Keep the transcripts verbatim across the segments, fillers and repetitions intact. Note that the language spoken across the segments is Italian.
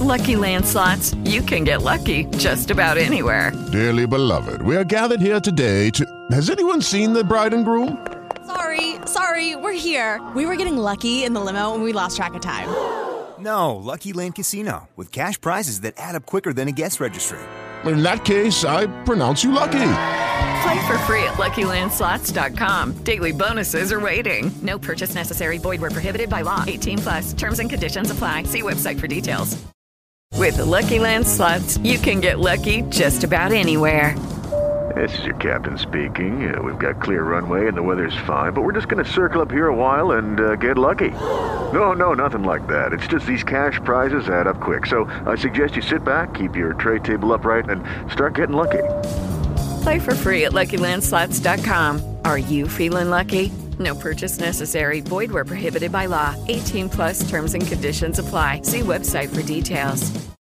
Lucky Land Slots, you can get lucky just about anywhere. Dearly beloved, we are gathered here today to... Has anyone seen the bride and groom? Sorry, sorry, we're here. We were getting lucky in the limo and we lost track of time. No, Lucky Land Casino, with cash prizes that add up quicker than a guest registry. In that case, I pronounce you lucky. Play for free at Lucky Land Slots dot com. Daily bonuses are waiting. No purchase necessary. Void where prohibited by law. eighteen plus. Terms and conditions apply. See website for details. With the Lucky Land Slots, you can get lucky just about anywhere. This is your captain speaking. Uh, we've got clear runway and the weather's fine, but we're just going to circle up here a while and uh, get lucky. No, no, nothing like that. It's just these cash prizes add up quick. So I suggest you sit back, keep your tray table upright, and start getting lucky. Play for free at Lucky Land Slots dot com. Are you feeling lucky? No purchase necessary. Void where prohibited by law. eighteen plus terms and conditions apply. See website for details.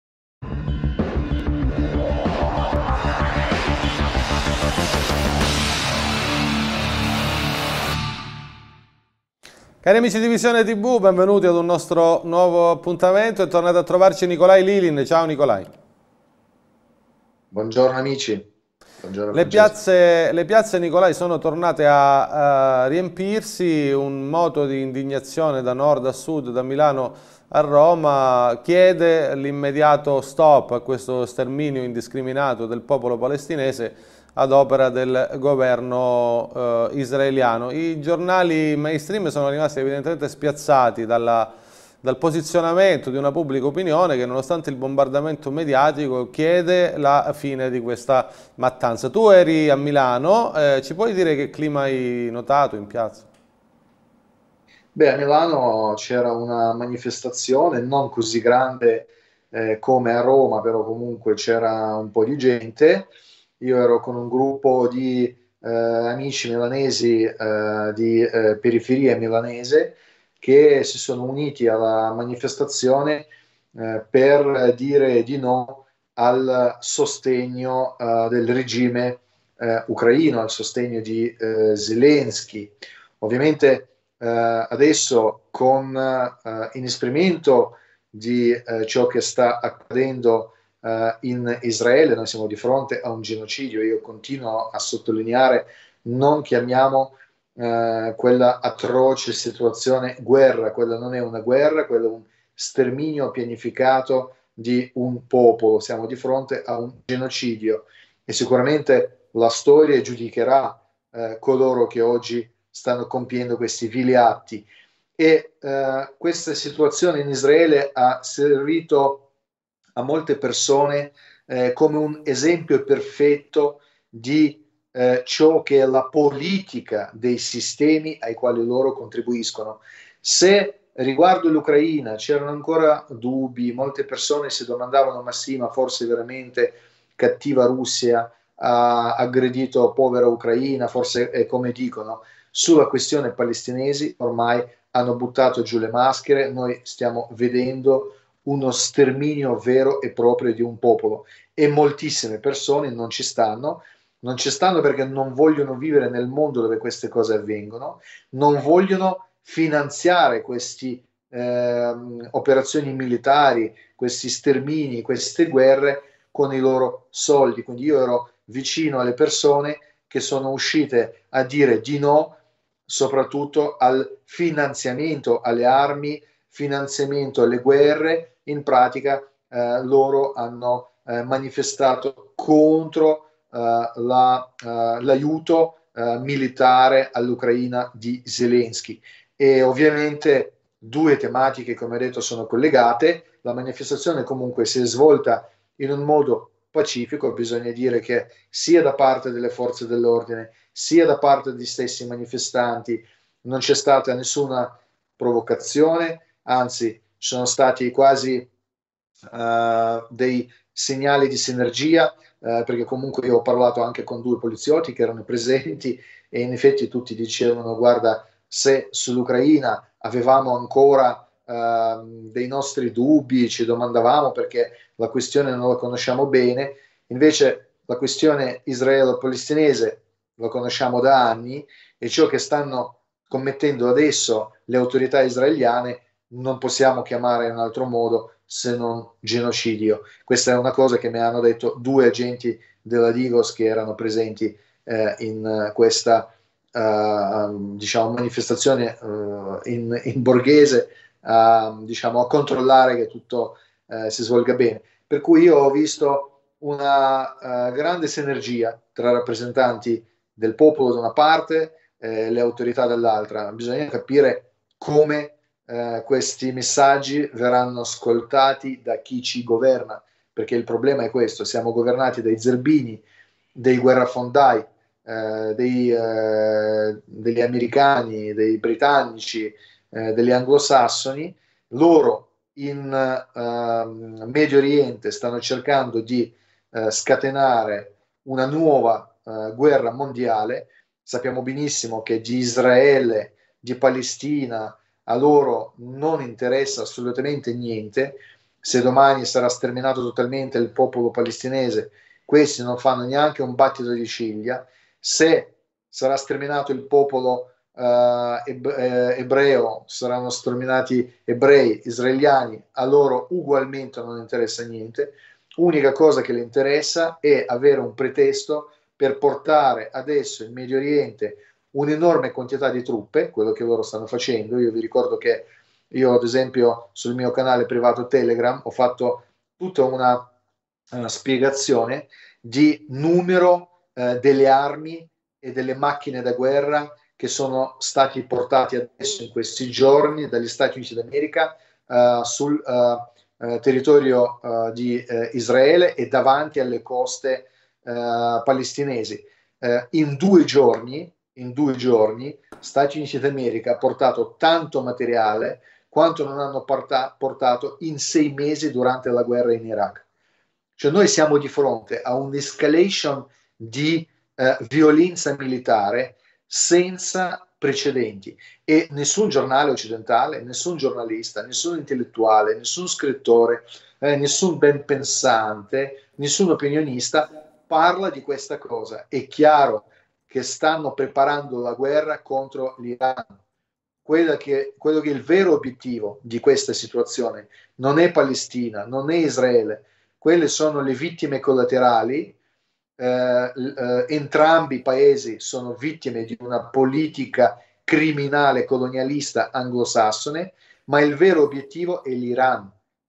Cari amici di Visione tivù, benvenuti ad un nostro nuovo appuntamento. È tornato a trovarci Nicolai Lilin. Ciao Nicolai. Buongiorno amici. Buongiorno, le, piazze, le piazze, Nicolai, sono tornate a, a riempirsi, un moto di indignazione da nord a sud, da Milano a Roma, chiede l'immediato stop a questo sterminio indiscriminato del popolo palestinese ad opera del governo eh, israeliano. I giornali mainstream sono rimasti evidentemente spiazzati dalla, dal posizionamento di una pubblica opinione che, nonostante il bombardamento mediatico, chiede la fine di questa mattanza. Tu eri a Milano, eh, ci puoi dire che clima hai notato in piazza? Beh, a Milano c'era una manifestazione non così grande eh, come a Roma, però comunque c'era un po' di gente. Io ero con un gruppo di eh, amici milanesi eh, di eh, periferia milanese che si sono uniti alla manifestazione eh, per dire di no al sostegno eh, del regime eh, ucraino, al sostegno di eh, Zelensky. Ovviamente eh, adesso con eh, inesprimento di eh, ciò che sta accadendo Uh, in Israele, noi siamo di fronte a un genocidio. Io continuo a sottolineare, non chiamiamo uh, quella atroce situazione guerra, quella non è una guerra, quello è un sterminio pianificato di un popolo, siamo di fronte a un genocidio e sicuramente la storia giudicherà uh, coloro che oggi stanno compiendo questi vili atti e uh, questa situazione in Israele ha servito a molte persone eh, come un esempio perfetto di eh, ciò che è la politica dei sistemi ai quali loro contribuiscono. Se riguardo l'Ucraina c'erano ancora dubbi, molte persone si domandavano: ma sì, ma forse veramente cattiva Russia ha aggredito povera Ucraina, forse è come dicono. Sulla questione palestinesi ormai hanno buttato giù le maschere, noi stiamo vedendo uno sterminio vero e proprio di un popolo e moltissime persone non ci stanno, non ci stanno perché non vogliono vivere nel mondo dove queste cose avvengono, non vogliono finanziare queste eh, operazioni militari, questi stermini, queste guerre con i loro soldi. Quindi io ero vicino alle persone che sono uscite a dire di no, soprattutto al finanziamento alle armi, finanziamento alle guerre. In pratica eh, loro hanno eh, manifestato contro eh, la, eh, l'aiuto eh, militare all'Ucraina di Zelensky e ovviamente due tematiche, come detto, sono collegate. La manifestazione comunque si è svolta in un modo pacifico, bisogna dire che sia da parte delle forze dell'ordine sia da parte degli stessi manifestanti non c'è stata nessuna provocazione, anzi ci sono stati quasi uh, dei segnali di sinergia, uh, perché comunque io ho parlato anche con due poliziotti che erano presenti e in effetti tutti dicevano: guarda, se sull'Ucraina avevamo ancora uh, dei nostri dubbi, ci domandavamo perché la questione non la conosciamo bene, invece la questione israelo-palestinese la conosciamo da anni e ciò che stanno commettendo adesso le autorità israeliane non possiamo chiamare in un altro modo se non genocidio. Questa è una cosa che mi hanno detto due agenti della Digos che erano presenti eh, in questa uh, diciamo, manifestazione uh, in, in borghese, uh, diciamo, a controllare che tutto uh, si svolga bene. Per cui io ho visto una uh, grande sinergia tra rappresentanti del popolo da una parte e le autorità dall'altra. Bisogna capire come Uh, questi messaggi verranno ascoltati da chi ci governa, perché il problema è questo: siamo governati dai zerbini, dei guerrafondai, uh, dei, uh, degli americani, dei britannici, uh, degli anglosassoni. Loro in uh, Medio Oriente stanno cercando di uh, scatenare una nuova uh, guerra mondiale. Sappiamo benissimo che di Israele, di Palestina, a loro non interessa assolutamente niente. Se domani sarà sterminato totalmente il popolo palestinese, questi non fanno neanche un battito di ciglia. Se sarà sterminato il popolo uh, ebreo, saranno sterminati ebrei, israeliani, a loro ugualmente non interessa niente. Unica cosa che le interessa è avere un pretesto per portare adesso in Medio Oriente un'enorme quantità di truppe, quello che loro stanno facendo. Io vi ricordo che io, ad esempio, sul mio canale privato Telegram ho fatto tutta una, una spiegazione di numero eh, delle armi e delle macchine da guerra che sono stati portati adesso in questi giorni dagli Stati Uniti d'America uh, sul uh, uh, territorio uh, di uh, Israele e davanti alle coste uh, palestinesi. Uh, in due giorni in due giorni Stati Uniti d'America ha portato tanto materiale quanto non hanno porta- portato in sei mesi durante la guerra in Iraq. Cioè noi siamo di fronte a un'escalation di eh, violenza militare senza precedenti, e nessun giornale occidentale, nessun giornalista, nessun intellettuale, nessun scrittore, eh, nessun ben pensante, nessun opinionista parla di questa cosa. È chiaro che stanno preparando la guerra contro l'Iran. Quello che, quello che è il vero obiettivo di questa situazione non è Palestina, non è Israele, quelle sono le vittime collaterali. Eh, eh, entrambi i paesi sono vittime di una politica criminale colonialista anglosassone, ma il vero obiettivo è l'Iran,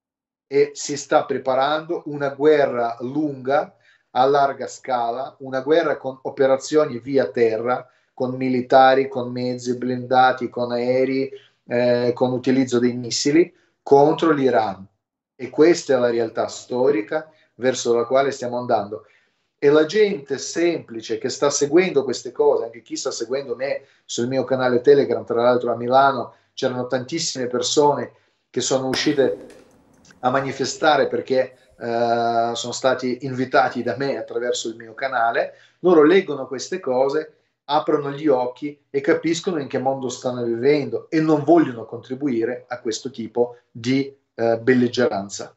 e si sta preparando una guerra lunga, a larga scala, una guerra con operazioni via terra, con militari, con mezzi blindati, con aerei, eh, con utilizzo dei missili contro l'Iran. E questa è la realtà storica verso la quale stiamo andando. E la gente semplice che sta seguendo queste cose, anche chi sta seguendo me sul mio canale Telegram, tra l'altro a Milano c'erano tantissime persone che sono uscite a manifestare perché Uh, sono stati invitati da me attraverso il mio canale. Loro leggono queste cose, aprono gli occhi e capiscono in che mondo stanno vivendo e non vogliono contribuire a questo tipo di uh, belligeranza.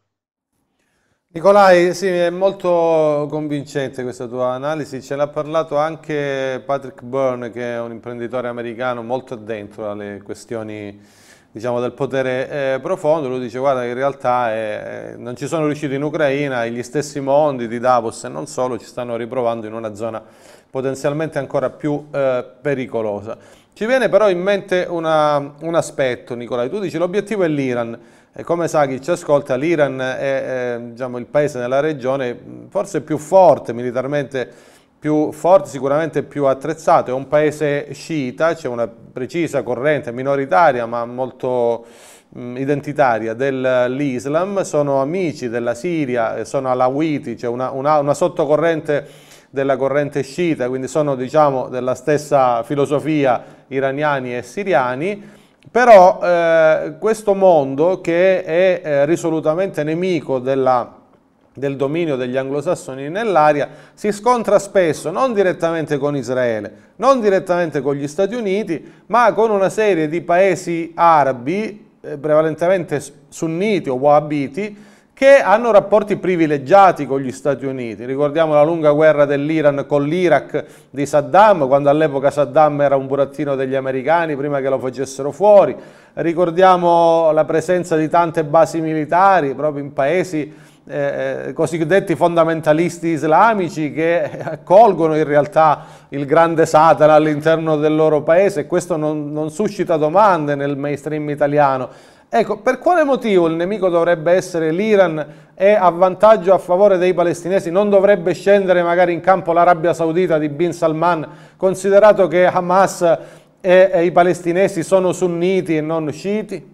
Nicolai, sì, è molto convincente questa tua analisi. Ce l'ha parlato anche Patrick Byrne, che è un imprenditore americano molto addentro alle questioni, diciamo, del potere eh, profondo. Lui dice: guarda, in realtà eh, non ci sono riusciti in Ucraina, e gli stessi mondi di Davos e non solo ci stanno riprovando in una zona potenzialmente ancora più eh, pericolosa. Ci viene però in mente una, un aspetto, Nicolai. Tu dici l'obiettivo è l'Iran, e come sa chi ci ascolta, l'Iran è, è diciamo, il paese nella regione forse più forte militarmente, più forte, sicuramente più attrezzato. È un paese sciita, c'è una precisa corrente minoritaria ma molto mh, identitaria dell'Islam, sono amici della Siria, sono alawiti, c'è una, una, una sottocorrente della corrente sciita, quindi sono, diciamo, della stessa filosofia iraniani e siriani. Però eh, questo mondo, che è eh, risolutamente nemico della del dominio degli anglosassoni nell'area, si scontra spesso non direttamente con Israele, non direttamente con gli Stati Uniti, ma con una serie di paesi arabi, eh, prevalentemente sunniti o wahhabiti, che hanno rapporti privilegiati con gli Stati Uniti. Ricordiamo la lunga guerra dell'Iran con l'Iraq di Saddam, quando all'epoca Saddam era un burattino degli americani prima che lo facessero fuori. Ricordiamo la presenza di tante basi militari proprio in paesi eh, cosiddetti fondamentalisti islamici che accolgono in realtà il grande Satana all'interno del loro paese, e questo non, non suscita domande nel mainstream italiano. Ecco, per quale motivo il nemico dovrebbe essere l'Iran e a vantaggio, a favore dei palestinesi, non dovrebbe scendere magari in campo l'Arabia Saudita di Bin Salman, considerato che Hamas e, e i palestinesi sono sunniti e non sciiti?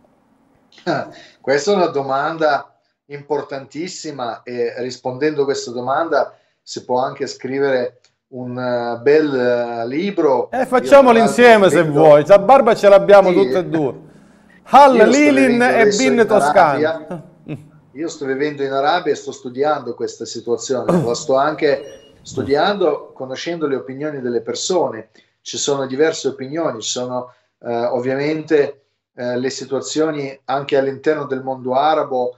Ah, questa è una domanda importantissima, e rispondendo a questa domanda si può anche scrivere un uh, bel uh, libro. E eh, facciamolo insieme se vedo... vuoi, la barba ce l'abbiamo sì. tutte e due. Hal, Lilin e Bin Toscani. Io sto vivendo in Arabia e sto studiando questa situazione, la sto anche studiando, conoscendo le opinioni delle persone. Ci sono diverse opinioni, ci sono uh, ovviamente uh, le situazioni anche all'interno del mondo arabo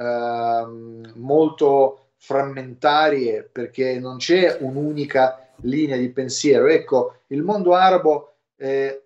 Uh, molto frammentarie, perché non c'è un'unica linea di pensiero. Ecco, il mondo arabo è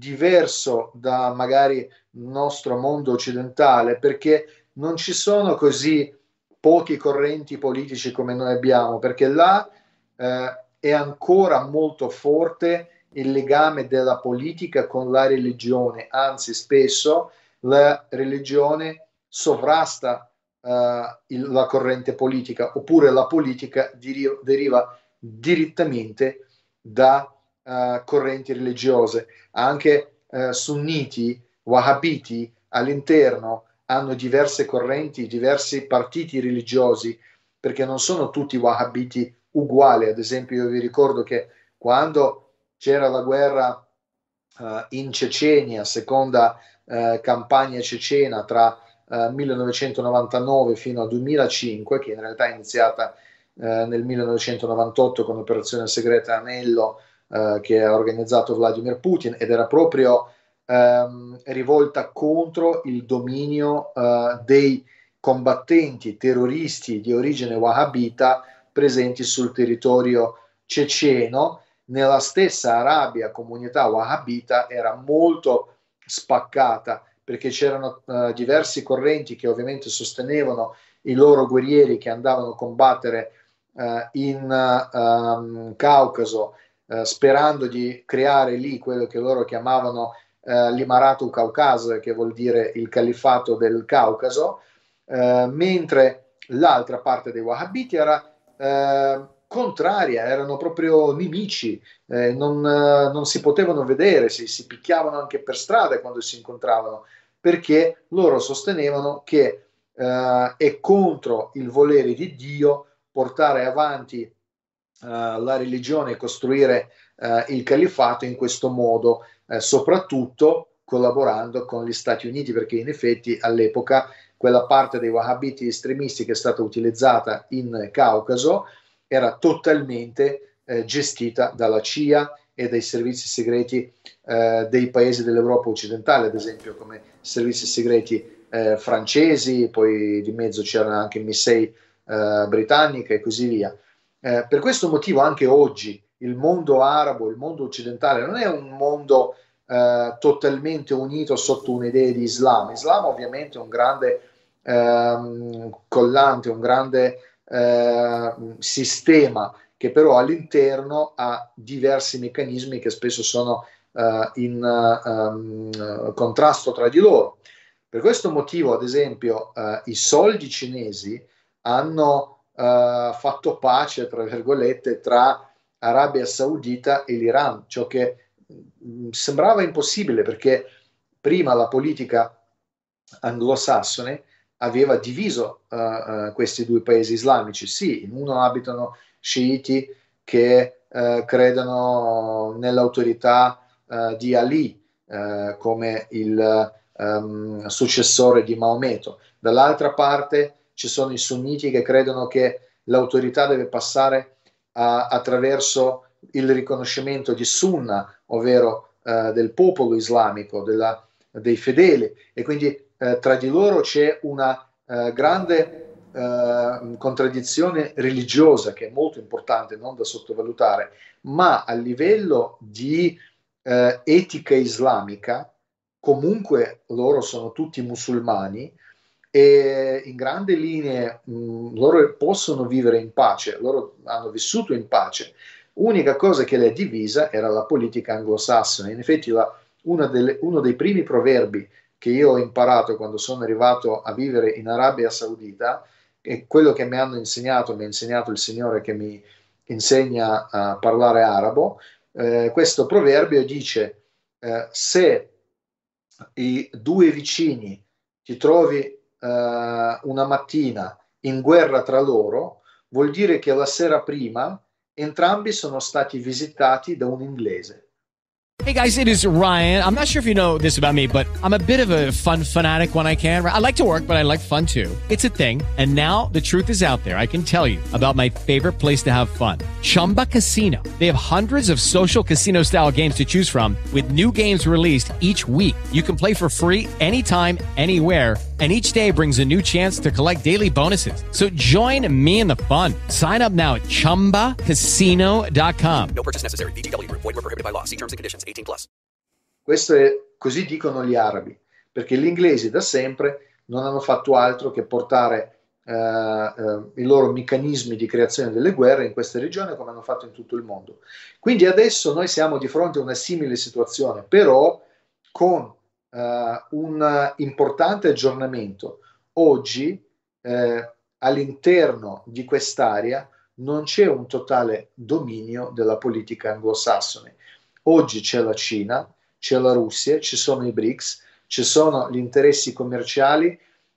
diverso da magari il nostro mondo occidentale, perché non ci sono così pochi correnti politici come noi abbiamo, perché là uh, è ancora molto forte il legame della politica con la religione, anzi spesso la religione sovrasta Uh, il, la corrente politica, oppure la politica deriva, deriva direttamente da uh, correnti religiose. Anche uh, sunniti, wahhabiti all'interno hanno diverse correnti, diversi partiti religiosi, perché non sono tutti wahhabiti uguali. Ad esempio, io vi ricordo che quando c'era la guerra uh, in Cecenia, seconda uh, campagna cecena tra Uh, millenovecentonovantanove fino al duemilacinque, che in realtà è iniziata uh, nel millenovecentonovantotto con l'operazione segreta Anello uh, che ha organizzato Vladimir Putin, ed era proprio um, rivolta contro il dominio uh, dei combattenti terroristi di origine wahhabita presenti sul territorio ceceno. Nella stessa Arabia, comunità wahhabita era molto spaccata, perché c'erano uh, diversi correnti che ovviamente sostenevano i loro guerrieri che andavano a combattere uh, in uh, um, Caucaso, uh, sperando di creare lì quello che loro chiamavano uh, l'Imaratu Caucaso, che vuol dire il califfato del Caucaso, uh, mentre l'altra parte dei wahhabiti era uh, contraria, erano proprio nemici, eh, non, uh, non si potevano vedere, si, si picchiavano anche per strada quando si incontravano, perché loro sostenevano che uh, è contro il volere di Dio portare avanti uh, la religione e costruire uh, il califfato in questo modo, uh, soprattutto collaborando con gli Stati Uniti, perché in effetti all'epoca quella parte dei wahhabiti estremisti che è stata utilizzata in Caucaso era totalmente uh, gestita dalla C I A e dai servizi segreti eh, dei paesi dell'Europa occidentale, ad esempio come servizi segreti eh, francesi, poi di mezzo c'era anche M I S E I eh, britannica e così via. Eh, per questo motivo anche oggi il mondo arabo, il mondo occidentale non è un mondo eh, totalmente unito sotto un'idea di Islam. Islam ovviamente è un grande eh, collante, un grande eh, sistema che però all'interno ha diversi meccanismi che spesso sono uh, in uh, um, contrasto tra di loro. Per questo motivo, ad esempio, uh, i soldi cinesi hanno uh, fatto pace, tra virgolette, tra Arabia Saudita e l'Iran, ciò che mh, sembrava impossibile, perché prima la politica anglosassone aveva diviso uh, uh, questi due paesi islamici. Sì, in uno abitano sciiti che eh, credono nell'autorità eh, di Ali eh, come il um, successore di Maometto. Dall'altra parte ci sono i sunniti che credono che l'autorità deve passare a, attraverso il riconoscimento di Sunna, ovvero eh, del popolo islamico, della, dei fedeli, e quindi eh, tra di loro c'è una eh, grande eh, contraddizione religiosa che è molto importante, non da sottovalutare, ma a livello di eh, etica islamica, comunque loro sono tutti musulmani e in grandi linee mh, loro possono vivere in pace, loro hanno vissuto in pace. Unica cosa che le ha divisa era la politica anglosassone. In effetti la, una delle, uno dei primi proverbi che io ho imparato quando sono arrivato a vivere in Arabia Saudita, e quello che mi hanno insegnato, mi ha insegnato il Signore che mi insegna a parlare arabo, eh, questo proverbio dice eh, se i due vicini ti trovi eh, una mattina in guerra tra loro, vuol dire che la sera prima entrambi sono stati visitati da un inglese. Hey guys, it is Ryan. I'm not sure if you know this about me, but I'm a bit of a fun fanatic when I can. I like to work, but I like fun too. It's a thing. And now the truth is out there. I can tell you about my favorite place to have fun. Chumba Casino. They have hundreds of social casino style games to choose from with new games released each week. You can play for free anytime, anywhere. And each day brings a new chance to collect daily bonuses. So join me in the fun. Sign up now at chumba casino dot com. No purchase necessary. V G W Group. Void where prohibited by law. See terms and conditions. eighteen plus. Questo è, così dicono gli arabi, perché gli inglesi da sempre non hanno fatto altro che portare eh, eh, i loro meccanismi di creazione delle guerre in queste regioni come hanno fatto in tutto il mondo. Quindi adesso noi siamo di fronte a una simile situazione, però con eh, un importante aggiornamento. Oggi eh, all'interno di quest'area non c'è un totale dominio della politica anglosassone. Oggi c'è la Cina, c'è la Russia, ci sono i BRICS, ci sono gli interessi commerciali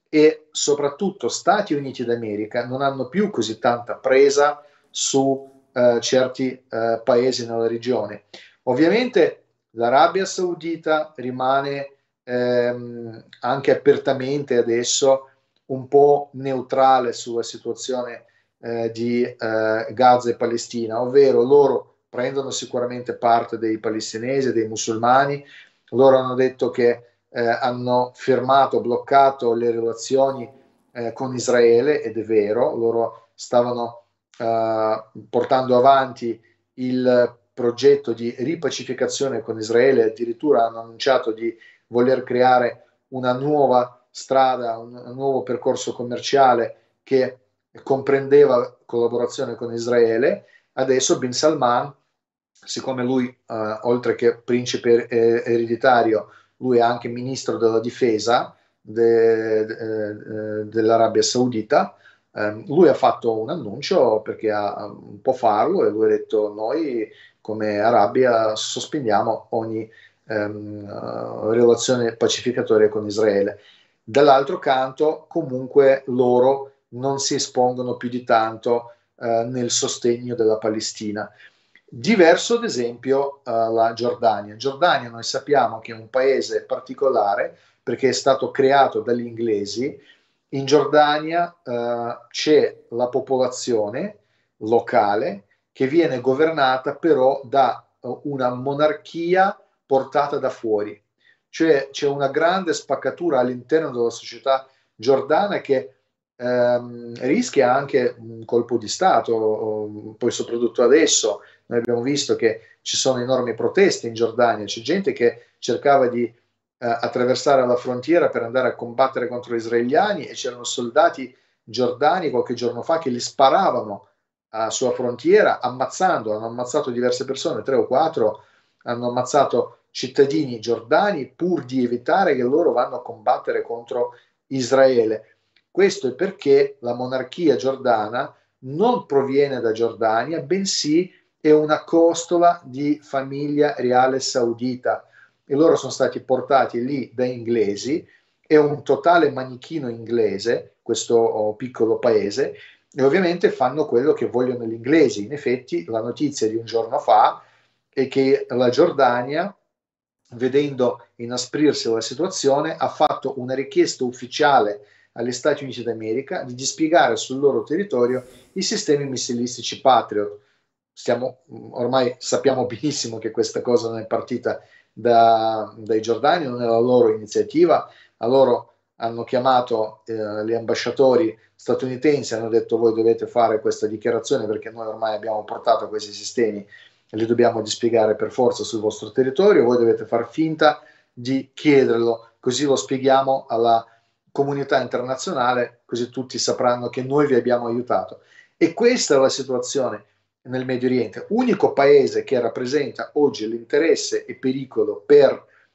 e soprattutto Stati Uniti d'America non hanno più così tanta presa su eh, certi eh, paesi nella regione. Ovviamente l'Arabia Saudita rimane ehm, anche apertamente adesso un po' neutrale sulla situazione eh, di eh, Gaza e Palestina, ovvero loro prendono sicuramente parte dei palestinesi, dei musulmani. Loro hanno detto che eh, hanno fermato, bloccato le relazioni eh, con Israele, ed è vero, loro stavano eh, portando avanti il progetto di ripacificazione con Israele, addirittura hanno annunciato di voler creare una nuova strada, un, un nuovo percorso commerciale che comprendeva collaborazione con Israele. Adesso Bin Salman, siccome lui, eh, oltre che principe ereditario, lui è anche ministro della difesa de, de, dell'Arabia Saudita, eh, lui ha fatto un annuncio perché ha, un può farlo, e lui ha detto: noi come Arabia sospendiamo ogni ehm, relazione pacificatoria con Israele. Dall'altro canto, comunque, loro non si espongono più di tanto eh, nel sostegno della Palestina. Diverso, ad esempio, uh, la Giordania. Giordania noi sappiamo che è un paese particolare perché è stato creato dagli inglesi. In Giordania uh, c'è la popolazione locale che viene governata però da uh, una monarchia portata da fuori. Cioè c'è una grande spaccatura all'interno della società giordana che ehm, rischia anche un colpo di Stato, o, poi soprattutto adesso. Noi abbiamo visto che ci sono enormi proteste in Giordania, c'è gente che cercava di eh, attraversare la frontiera per andare a combattere contro gli israeliani, e c'erano soldati giordani qualche giorno fa che li sparavano uh, sulla frontiera, ammazzando, hanno ammazzato diverse persone, tre o quattro, hanno ammazzato cittadini giordani pur di evitare che loro vanno a combattere contro Israele. Questo è perché la monarchia giordana non proviene da Giordania, bensì è una costola di famiglia reale saudita, e loro sono stati portati lì da inglesi. È un totale manichino inglese questo oh, piccolo paese, e ovviamente fanno quello che vogliono gli inglesi. In effetti la notizia di un giorno fa è che la Giordania, vedendo inasprirsi la situazione, ha fatto una richiesta ufficiale agli Stati Uniti d'America di dispiegare sul loro territorio i sistemi missilistici Patriot. Stiamo, ormai sappiamo benissimo che questa cosa non è partita da, dai giordani, non è la loro iniziativa. A loro hanno chiamato eh, gli ambasciatori statunitensi, hanno detto voi dovete fare questa dichiarazione perché noi ormai abbiamo portato questi sistemi e li dobbiamo dispiegare per forza sul vostro territorio, voi dovete far finta di chiederlo, così lo spieghiamo alla comunità internazionale, così tutti sapranno che noi vi abbiamo aiutato. E questa è la situazione nel Medio Oriente. Unico paese che rappresenta oggi l'interesse e pericolo per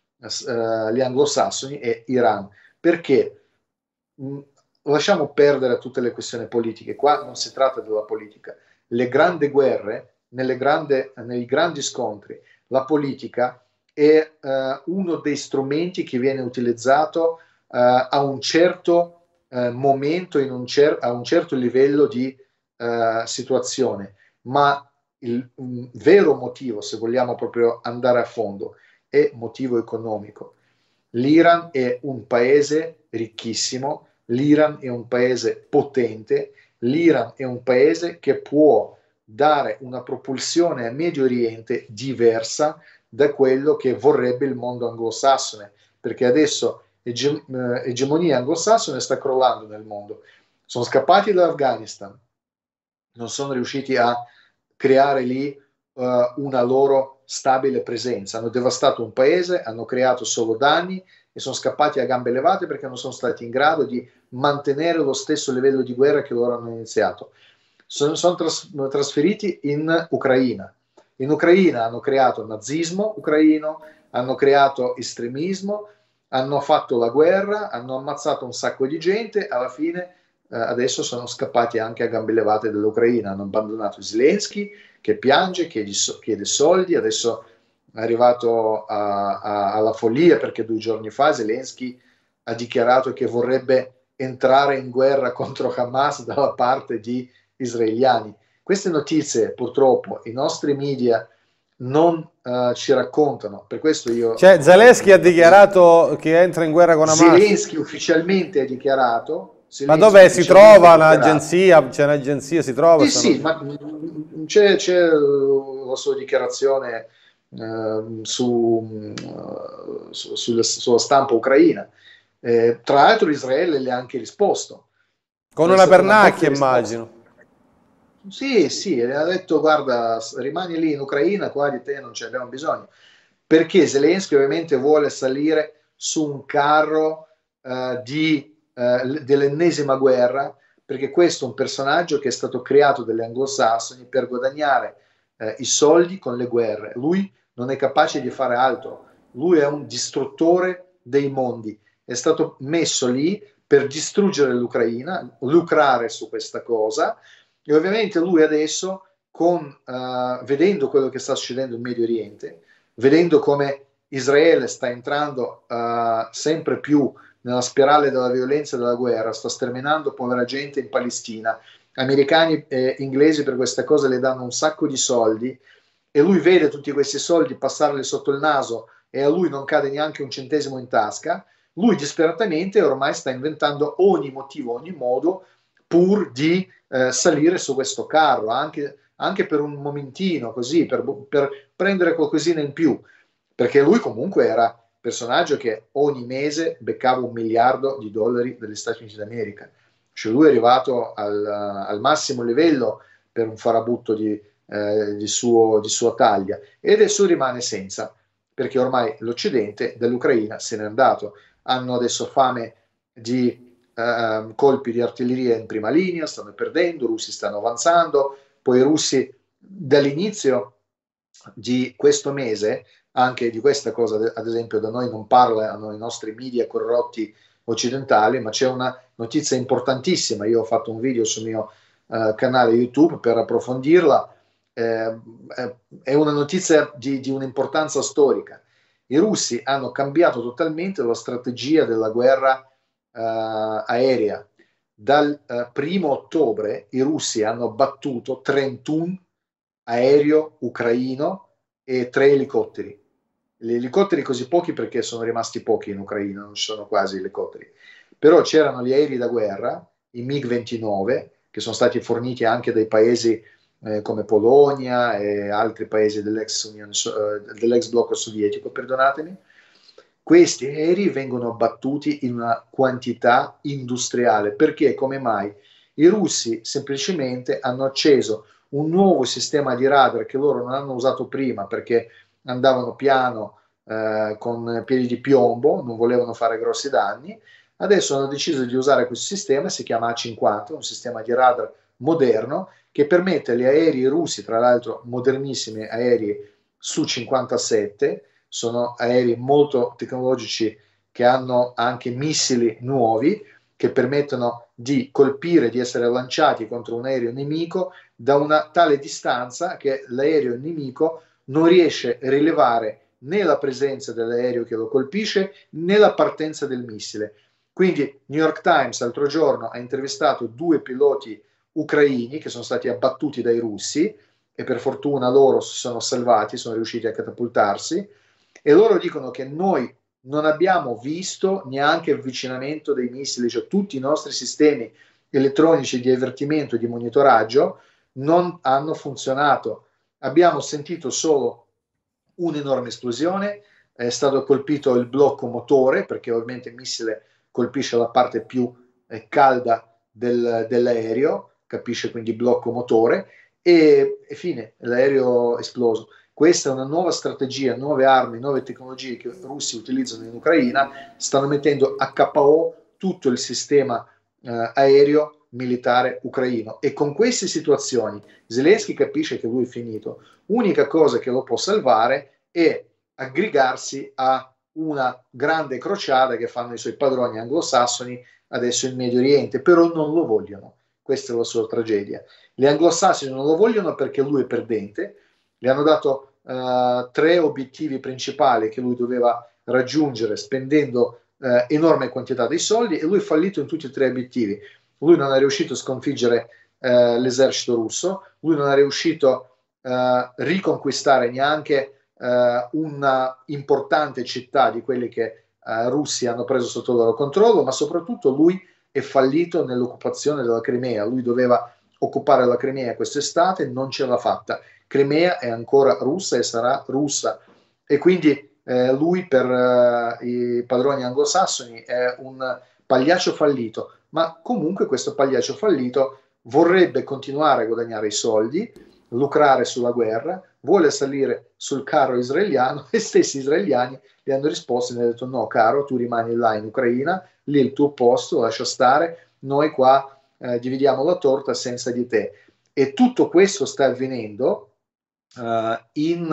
uh, gli anglosassoni è Iran. Perché? Mh, lasciamo perdere tutte le questioni politiche, qua non si tratta della politica. Le grandi guerre, nelle grande, nei grandi scontri, la politica è uh, uno dei strumenti che viene utilizzato uh, a un certo uh, momento, in un cer- a un certo livello di uh, situazione, ma il um, vero motivo, se vogliamo proprio andare a fondo, è motivo economico. L'Iran è un paese ricchissimo, l'Iran è un paese potente, l'Iran è un paese che può dare una propulsione al Medio Oriente diversa da quello che vorrebbe il mondo anglosassone, perché adesso ege- eh, egemonia anglosassone sta crollando nel mondo. Sono scappati dall'Afghanistan, non sono riusciti a creare lì uh, una loro stabile presenza, hanno devastato un paese, hanno creato solo danni e sono scappati a gambe levate perché non sono stati in grado di mantenere lo stesso livello di guerra che loro hanno iniziato. Sono, sono tras- trasferiti in Ucraina. In Ucraina hanno creato il nazismo ucraino, hanno creato estremismo, hanno fatto la guerra, hanno ammazzato un sacco di gente, alla fine eh, adesso sono scappati anche a gambe levate dall'Ucraina, hanno abbandonato Zelensky che piange, chiede, chiede soldi, adesso è arrivato a, a, alla follia perché due giorni fa Zelensky ha dichiarato che vorrebbe entrare in guerra contro Hamas dalla parte di israeliani. Queste notizie purtroppo i nostri media non uh, ci raccontano, per questo io... Cioè Zelensky ha dichiarato che entra in guerra con Hamas? Zelensky ufficialmente ha dichiarato... Zelensky ma dove si trova un'agenzia? C'è un'agenzia, si trova? Sì, sì, ma c'è, c'è la sua dichiarazione uh, su, uh, su, sulla, sulla stampa ucraina. Eh, tra l'altro Israele le ha anche risposto. Con una pernacchia, immagino. Sì, sì, le ha detto guarda, rimani lì in Ucraina, qua di te non ce abbiamo bisogno. Perché Zelensky ovviamente vuole salire su un carro uh, di, uh, dell'ennesima guerra, perché questo è un personaggio che è stato creato dagli anglosassoni per guadagnare uh, i soldi con le guerre. Lui non è capace di fare altro, lui è un distruttore dei mondi. È stato messo lì per distruggere l'Ucraina, lucrare su questa cosa, e ovviamente lui adesso, con, uh, vedendo quello che sta succedendo in Medio Oriente, vedendo come Israele sta entrando uh, sempre più nella spirale della violenza e della guerra, sta sterminando povera gente in Palestina, americani e inglesi per questa cosa le danno un sacco di soldi, e lui vede tutti questi soldi passarli sotto il naso e a lui non cade neanche un centesimo in tasca. Lui disperatamente ormai sta inventando ogni motivo, ogni modo pur di eh, salire su questo carro, anche, anche per un momentino, così, per, per prendere qualcosina in più, perché lui comunque era un personaggio che ogni mese beccava un miliardo di dollari dagli Stati Uniti d'America. Cioè lui è arrivato al, al massimo livello per un farabutto di, eh, di, suo, di sua taglia, e adesso rimane senza, perché ormai l'Occidente dall'Ucraina se n'è andato. Hanno adesso fame di uh, colpi di artiglieria in prima linea, stanno perdendo, i russi stanno avanzando, poi i russi dall'inizio di questo mese, anche di questa cosa ad esempio da noi non parlano i nostri media corrotti occidentali, ma c'è una notizia importantissima, io ho fatto un video sul mio uh, canale YouTube per approfondirla, eh, è una notizia di, di un'importanza storica. I russi hanno cambiato totalmente la strategia della guerra uh, aerea. Dal uh, primo ottobre i russi hanno battuto trentuno aereo ucraino e tre elicotteri. Gli elicotteri così pochi perché sono rimasti pochi in Ucraina, non ci sono quasi elicotteri. Però c'erano gli aerei da guerra, i MiG ventinove, che sono stati forniti anche dai paesi Eh, come Polonia e altri paesi dell'ex, Unione, eh, dell'ex blocco sovietico, perdonatemi, Questi aerei vengono abbattuti in una quantità industriale. Perché? Come mai? I russi semplicemente hanno acceso un nuovo sistema di radar che loro non hanno usato prima perché andavano piano eh, con piedi di piombo, non volevano fare grossi danni. Adesso hanno deciso di usare questo sistema, si chiama A cinquanta, un sistema di radar moderno che permette agli aerei russi, tra l'altro modernissimi aerei Su cinquantasette, sono aerei molto tecnologici che hanno anche missili nuovi che permettono di colpire, di essere lanciati contro un aereo nemico da una tale distanza che l'aereo nemico non riesce a rilevare né la presenza dell'aereo che lo colpisce né la partenza del missile. Quindi New York Times l'altro giorno ha intervistato due piloti ucraini che sono stati abbattuti dai russi e per fortuna loro si sono salvati, sono riusciti a catapultarsi, e loro dicono che noi non abbiamo visto neanche avvicinamento dei missili, cioè tutti i nostri sistemi elettronici di avvertimento e di monitoraggio non hanno funzionato. Abbiamo sentito solo un'enorme esplosione, è stato colpito il blocco motore, perché ovviamente il missile colpisce la parte più eh, calda del, dell'aereo, capisce quindi blocco motore, e, e fine, l'aereo è esploso. Questa è una nuova strategia, nuove armi, nuove tecnologie che i russi utilizzano in Ucraina, stanno mettendo a K O tutto il sistema eh, aereo militare ucraino, e con queste situazioni Zelensky capisce che lui è finito. Unica cosa che lo può salvare è aggregarsi a una grande crociata che fanno i suoi padroni anglosassoni adesso in Medio Oriente, però non lo vogliono. Questa è la sua tragedia. Gli anglosassoni non lo vogliono perché lui è perdente. Gli hanno dato uh, tre obiettivi principali che lui doveva raggiungere spendendo uh, enorme quantità di soldi, e lui è fallito in tutti e tre obiettivi. Lui non è riuscito a sconfiggere uh, l'esercito russo, lui non è riuscito a uh, riconquistare neanche Uh, una importante città di quelle che uh, russi hanno preso sotto il loro controllo, ma soprattutto lui è fallito nell'occupazione della Crimea. Lui doveva occupare la Crimea quest'estate, non ce l'ha fatta. Crimea è ancora russa e sarà russa, e quindi eh, lui per uh, i padroni anglosassoni è un pagliaccio fallito, ma comunque questo pagliaccio fallito vorrebbe continuare a guadagnare i soldi, lucrare sulla guerra, vuole salire sul carro israeliano, e stessi israeliani gli hanno risposto e gli hanno detto: no caro, tu rimani là in Ucraina, lì è il tuo posto, lascia stare, noi qua eh, dividiamo la torta senza di te. E tutto questo sta avvenendo uh, in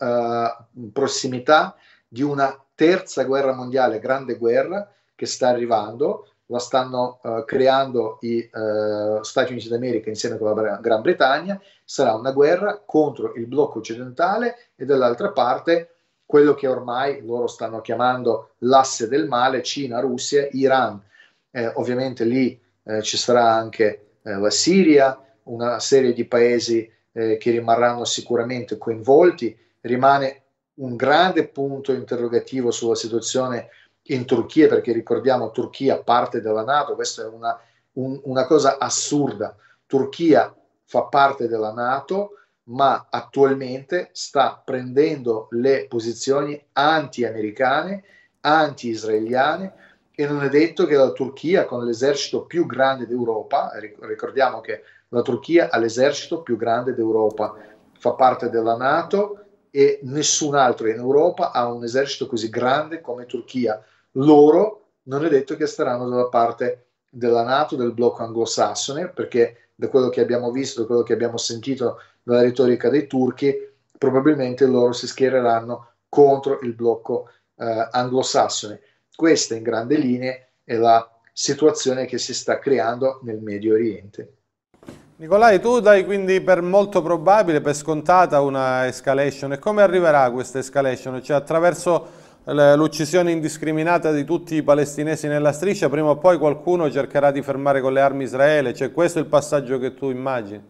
uh, prossimità di una terza guerra mondiale, grande guerra che sta arrivando. La stanno uh, creando i uh, Stati Uniti d'America insieme con la Gran Bretagna. Sarà una guerra contro il blocco occidentale e dall'altra parte quello che ormai loro stanno chiamando l'asse del male: Cina, Russia, Iran. Eh, ovviamente lì eh, ci sarà anche eh, la Siria, una serie di paesi eh, che rimarranno sicuramente coinvolti. Rimane un grande punto interrogativo sulla situazione in Turchia, perché ricordiamo, Turchia parte della NATO. Questa è una, un, una cosa assurda. Turchia fa parte della NATO, ma attualmente sta prendendo le posizioni anti-americane, anti-israeliane, e non è detto che la Turchia, con l'esercito più grande d'Europa, ricordiamo che la Turchia ha l'esercito più grande d'Europa, fa parte della NATO, e nessun altro in Europa ha un esercito così grande come Turchia. Loro non è detto che staranno dalla parte della NATO, del blocco anglosassone, perché da quello che abbiamo visto, da quello che abbiamo sentito dalla retorica dei turchi, probabilmente loro si schiereranno contro il blocco eh, anglosassone. Questa in grandi linee è la situazione che si sta creando nel Medio Oriente. Nicolai, tu dai quindi per molto probabile, per scontata, una escalation, e come arriverà questa escalation? Cioè attraverso l'uccisione indiscriminata di tutti i palestinesi nella striscia, prima o poi qualcuno cercherà di fermare con le armi Israele? Cioè questo è il passaggio che tu immagini?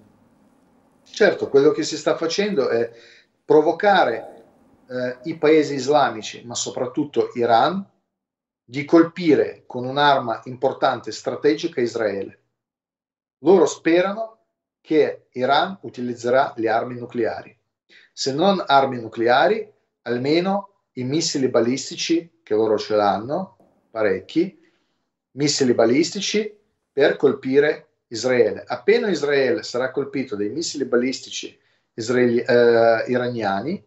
Certo, quello che si sta facendo è provocare eh, i paesi islamici, ma soprattutto Iran, di colpire con un'arma importante strategica Israele. Loro sperano che Iran utilizzerà le armi nucleari. Se non armi nucleari, almeno i missili balistici che loro ce l'hanno, parecchi, missili balistici per colpire Israele. Appena Israele sarà colpito dai missili balistici israeli, eh, iraniani,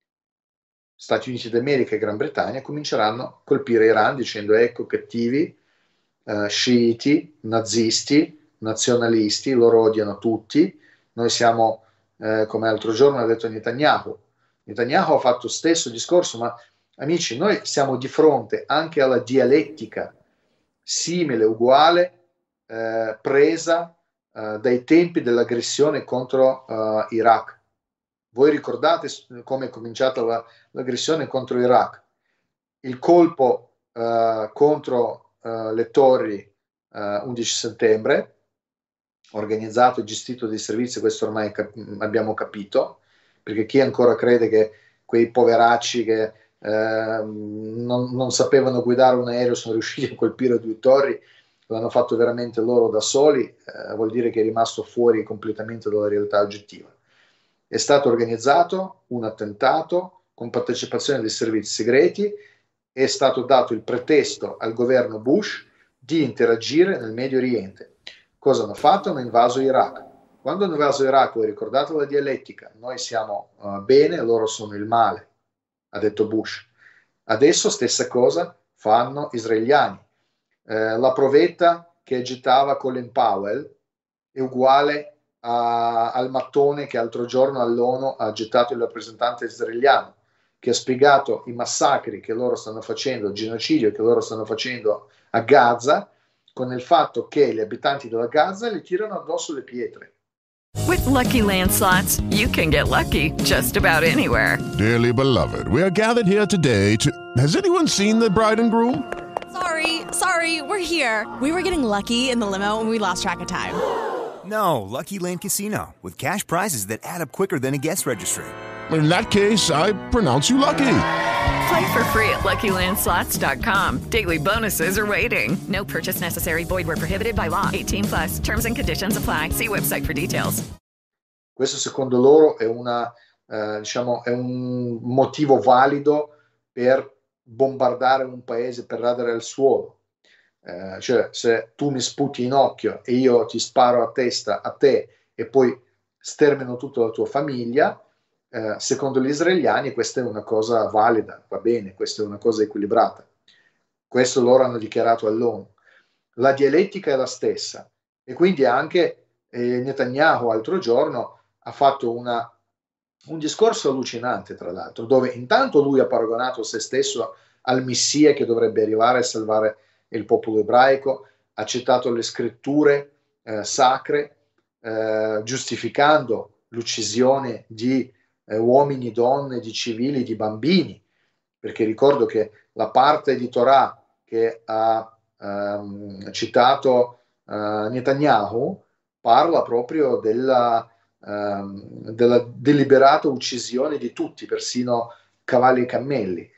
Stati Uniti d'America e Gran Bretagna cominceranno a colpire Iran dicendo ecco cattivi, eh, sciiti, nazisti, nazionalisti, loro odiano tutti, noi siamo, eh, come l'altro giorno ha detto Netanyahu, Netanyahu ha fatto lo stesso discorso, ma amici, noi siamo di fronte anche alla dialettica simile, uguale, eh, presa eh, dai tempi dell'aggressione contro eh, Iraq. Voi ricordate come è cominciata la, l'aggressione contro Iraq? Il colpo eh, contro eh, le torri eh, undici settembre, organizzato e gestito dai servizi, questo ormai cap- abbiamo capito, perché chi ancora crede che quei poveracci che eh, non, non sapevano guidare un aereo sono riusciti a colpire due torri, l'hanno fatto veramente loro da soli, eh, vuol dire che è rimasto fuori completamente dalla realtà oggettiva. È stato organizzato un attentato con partecipazione dei servizi segreti, è stato dato il pretesto al governo Bush di interagire nel Medio Oriente. Cosa hanno fatto? Hanno invaso Iraq. Quando hanno invaso Iraq, voi ricordate la dialettica, noi siamo uh, bene, loro sono il male, ha detto Bush. Adesso stessa cosa fanno israeliani. Eh, la provetta che agitava Colin Powell è uguale a, al mattone che l'altro giorno all'ONU ha gettato il rappresentante israeliano, che ha spiegato i massacri che loro stanno facendo, il genocidio che loro stanno facendo a Gaza, con il fatto che gli abitanti della Gaza le tirano addosso le pietre. With Lucky Land Slots, you can get lucky just about anywhere. Dearly beloved, we are gathered here today to... Has anyone seen the bride and groom? Sorry, sorry, we're here. We were getting lucky in the limo and we lost track of time. No, Lucky Land Casino, with cash prizes that add up quicker than a guest registry. In that case, I pronounce you lucky. Play for free at lucky land slots dot com. Daily bonuses are waiting. No purchase necessary. Void where prohibited by law. eighteen plus. Terms and conditions apply. See website for details. Questo secondo loro è una, eh, diciamo, è un motivo valido per bombardare un paese, per radere al suolo. Eh, cioè, se tu mi sputi in occhio e io ti sparo a testa a te e poi stermino tutta la tua famiglia, eh, secondo gli israeliani questa è una cosa valida, va bene, questa è una cosa equilibrata. Questo loro hanno dichiarato all'ONU. La dialettica è la stessa e quindi anche eh, Netanyahu l'altro giorno ha fatto una, un discorso allucinante, tra l'altro, dove intanto lui ha paragonato se stesso al Messia che dovrebbe arrivare a salvare il popolo ebraico, ha citato le scritture eh, sacre, eh, giustificando l'uccisione di eh, uomini, donne, di civili, di bambini, perché ricordo che la parte di Torah che ha ehm, citato eh, Netanyahu parla proprio della, ehm, della deliberata uccisione di tutti, persino cavalli e cammelli.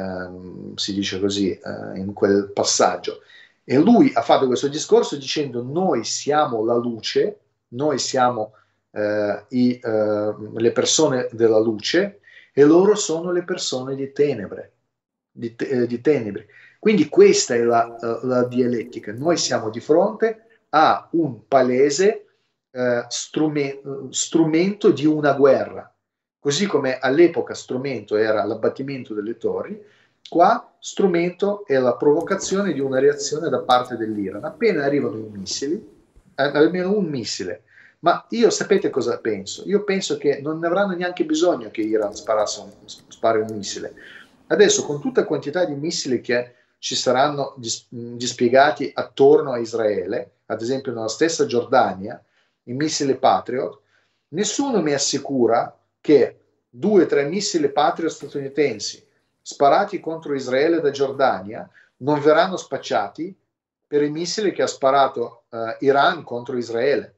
Um, si dice così uh, in quel passaggio, e lui ha fatto questo discorso dicendo noi siamo la luce, noi siamo uh, i, uh, le persone della luce e loro sono le persone di tenebre, di, te- eh, di tenebre. Quindi questa è la, uh, la dialettica. Noi siamo di fronte a un palese uh, strume- strumento di una guerra. Così come all'epoca strumento era l'abbattimento delle torri, qua strumento è la provocazione di una reazione da parte dell'Iran. Appena arrivano i missili, eh, almeno un missile, ma io sapete cosa penso? Io penso che non ne avranno neanche bisogno che Iran sparasse un, spari un missile. Adesso con tutta quantità di missili che ci saranno dis- dispiegati attorno a Israele, ad esempio nella stessa Giordania, i missili Patriot, nessuno mi assicura che due o tre missili Patriot statunitensi sparati contro Israele da Giordania non verranno spacciati per i missili che ha sparato uh, Iran contro Israele.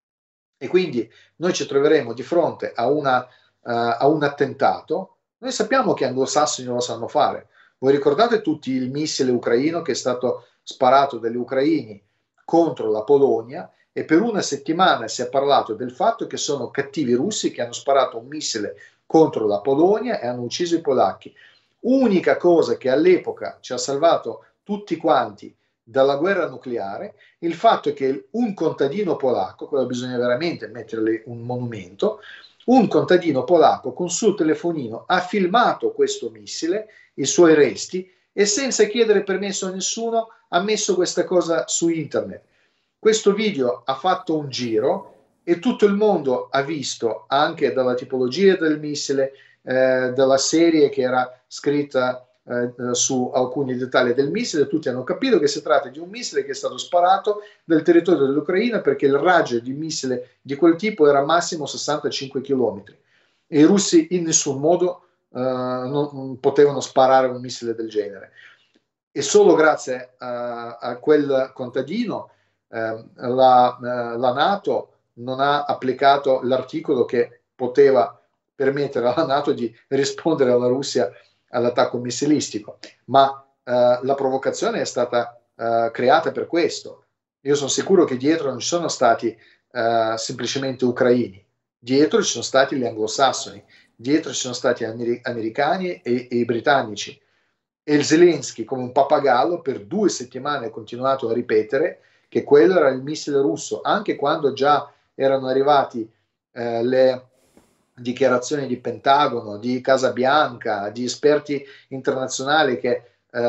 E quindi noi ci troveremo di fronte a, una, uh, a un attentato. Noi sappiamo che anglosassoni lo sanno fare. Voi ricordate tutti il missile ucraino che è stato sparato dagli ucraini contro la Polonia? E per una settimana si è parlato del fatto che sono cattivi russi che hanno sparato un missile contro la Polonia e hanno ucciso i polacchi. Unica cosa che all'epoca ci ha salvato tutti quanti dalla guerra nucleare, il fatto è che un contadino polacco, quello bisogna veramente metterle un monumento, un contadino polacco con sul telefonino ha filmato questo missile, i suoi resti, e senza chiedere permesso a nessuno ha messo questa cosa su internet. Questo video ha fatto un giro e tutto il mondo ha visto, anche dalla tipologia del missile, eh, dalla serie che era scritta eh, su alcuni dettagli del missile, tutti hanno capito che si tratta di un missile che è stato sparato dal territorio dell'Ucraina, perché il raggio di missile di quel tipo era massimo sessantacinque chilometri e i russi in nessun modo eh, non, non potevano sparare un missile del genere. E solo grazie a, a quel contadino eh, la, eh, la NATO non ha applicato l'articolo che poteva permettere alla NATO di rispondere alla Russia all'attacco missilistico, ma eh, la provocazione è stata eh, creata per questo. Io sono sicuro che dietro non ci sono stati eh, semplicemente ucraini, dietro ci sono stati gli anglosassoni, dietro ci sono stati amer- americani e, e i britannici. E il Zelensky, come un pappagallo, per due settimane ha continuato a ripetere che quello era il missile russo, anche quando già erano arrivati eh, le dichiarazioni di Pentagono, di Casa Bianca, di esperti internazionali che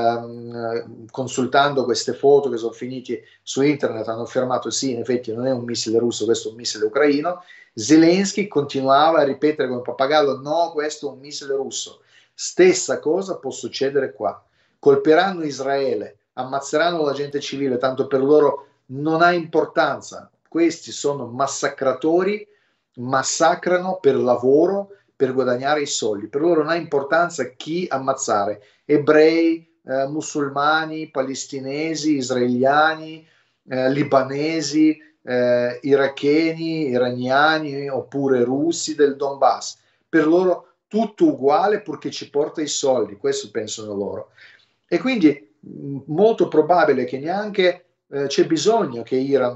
ehm, consultando queste foto che sono finiti su internet hanno affermato sì, in effetti non è un missile russo, questo è un missile ucraino. Zelensky continuava a ripetere come pappagallo: no, questo è un missile russo. Stessa cosa può succedere qua. Colpiranno Israele, ammazzeranno la gente civile, tanto per loro non ha importanza. Questi sono massacratori, massacrano per lavoro, per guadagnare i soldi. Per loro non ha importanza chi ammazzare: ebrei, eh, musulmani, palestinesi, israeliani, eh, libanesi, eh, iracheni, iraniani oppure russi del Donbass. Per loro tutto uguale purché ci porta i soldi, questo pensano loro. E quindi mh, molto probabile che neanche eh, c'è bisogno che Iran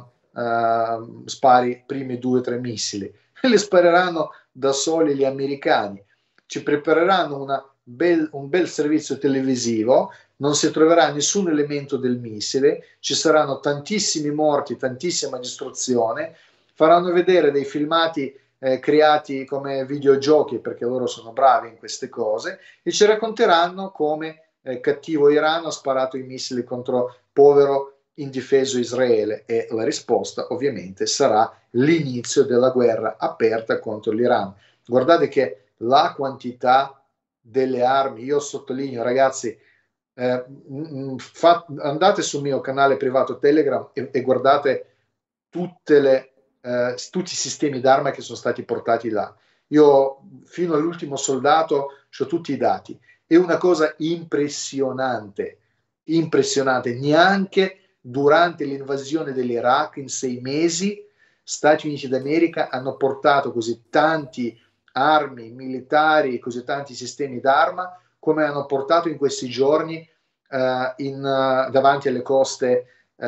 Uh, spari i primi due o tre missili, li spareranno da soli gli americani. Ci prepareranno una bel, un bel servizio televisivo, non si troverà nessun elemento del missile, ci saranno tantissimi morti, tantissima distruzione, faranno vedere dei filmati eh, creati come videogiochi, perché loro sono bravi in queste cose, e ci racconteranno come eh, cattivo Iran ha sparato i missili contro povero indifeso Israele, e la risposta ovviamente sarà l'inizio della guerra aperta contro l'Iran. Guardate che la quantità delle armi, io sottolineo ragazzi, eh, fa, andate sul mio canale privato Telegram e, e guardate tutte le, eh, tutti i sistemi d'arma che sono stati portati là. Io fino all'ultimo soldato ho tutti i dati. È una cosa impressionante, impressionante. Neanche durante l'invasione dell'Iraq in sei mesi Stati Uniti d'America hanno portato così tanti armi militari, così tanti sistemi d'arma come hanno portato in questi giorni uh, in, uh, davanti alle coste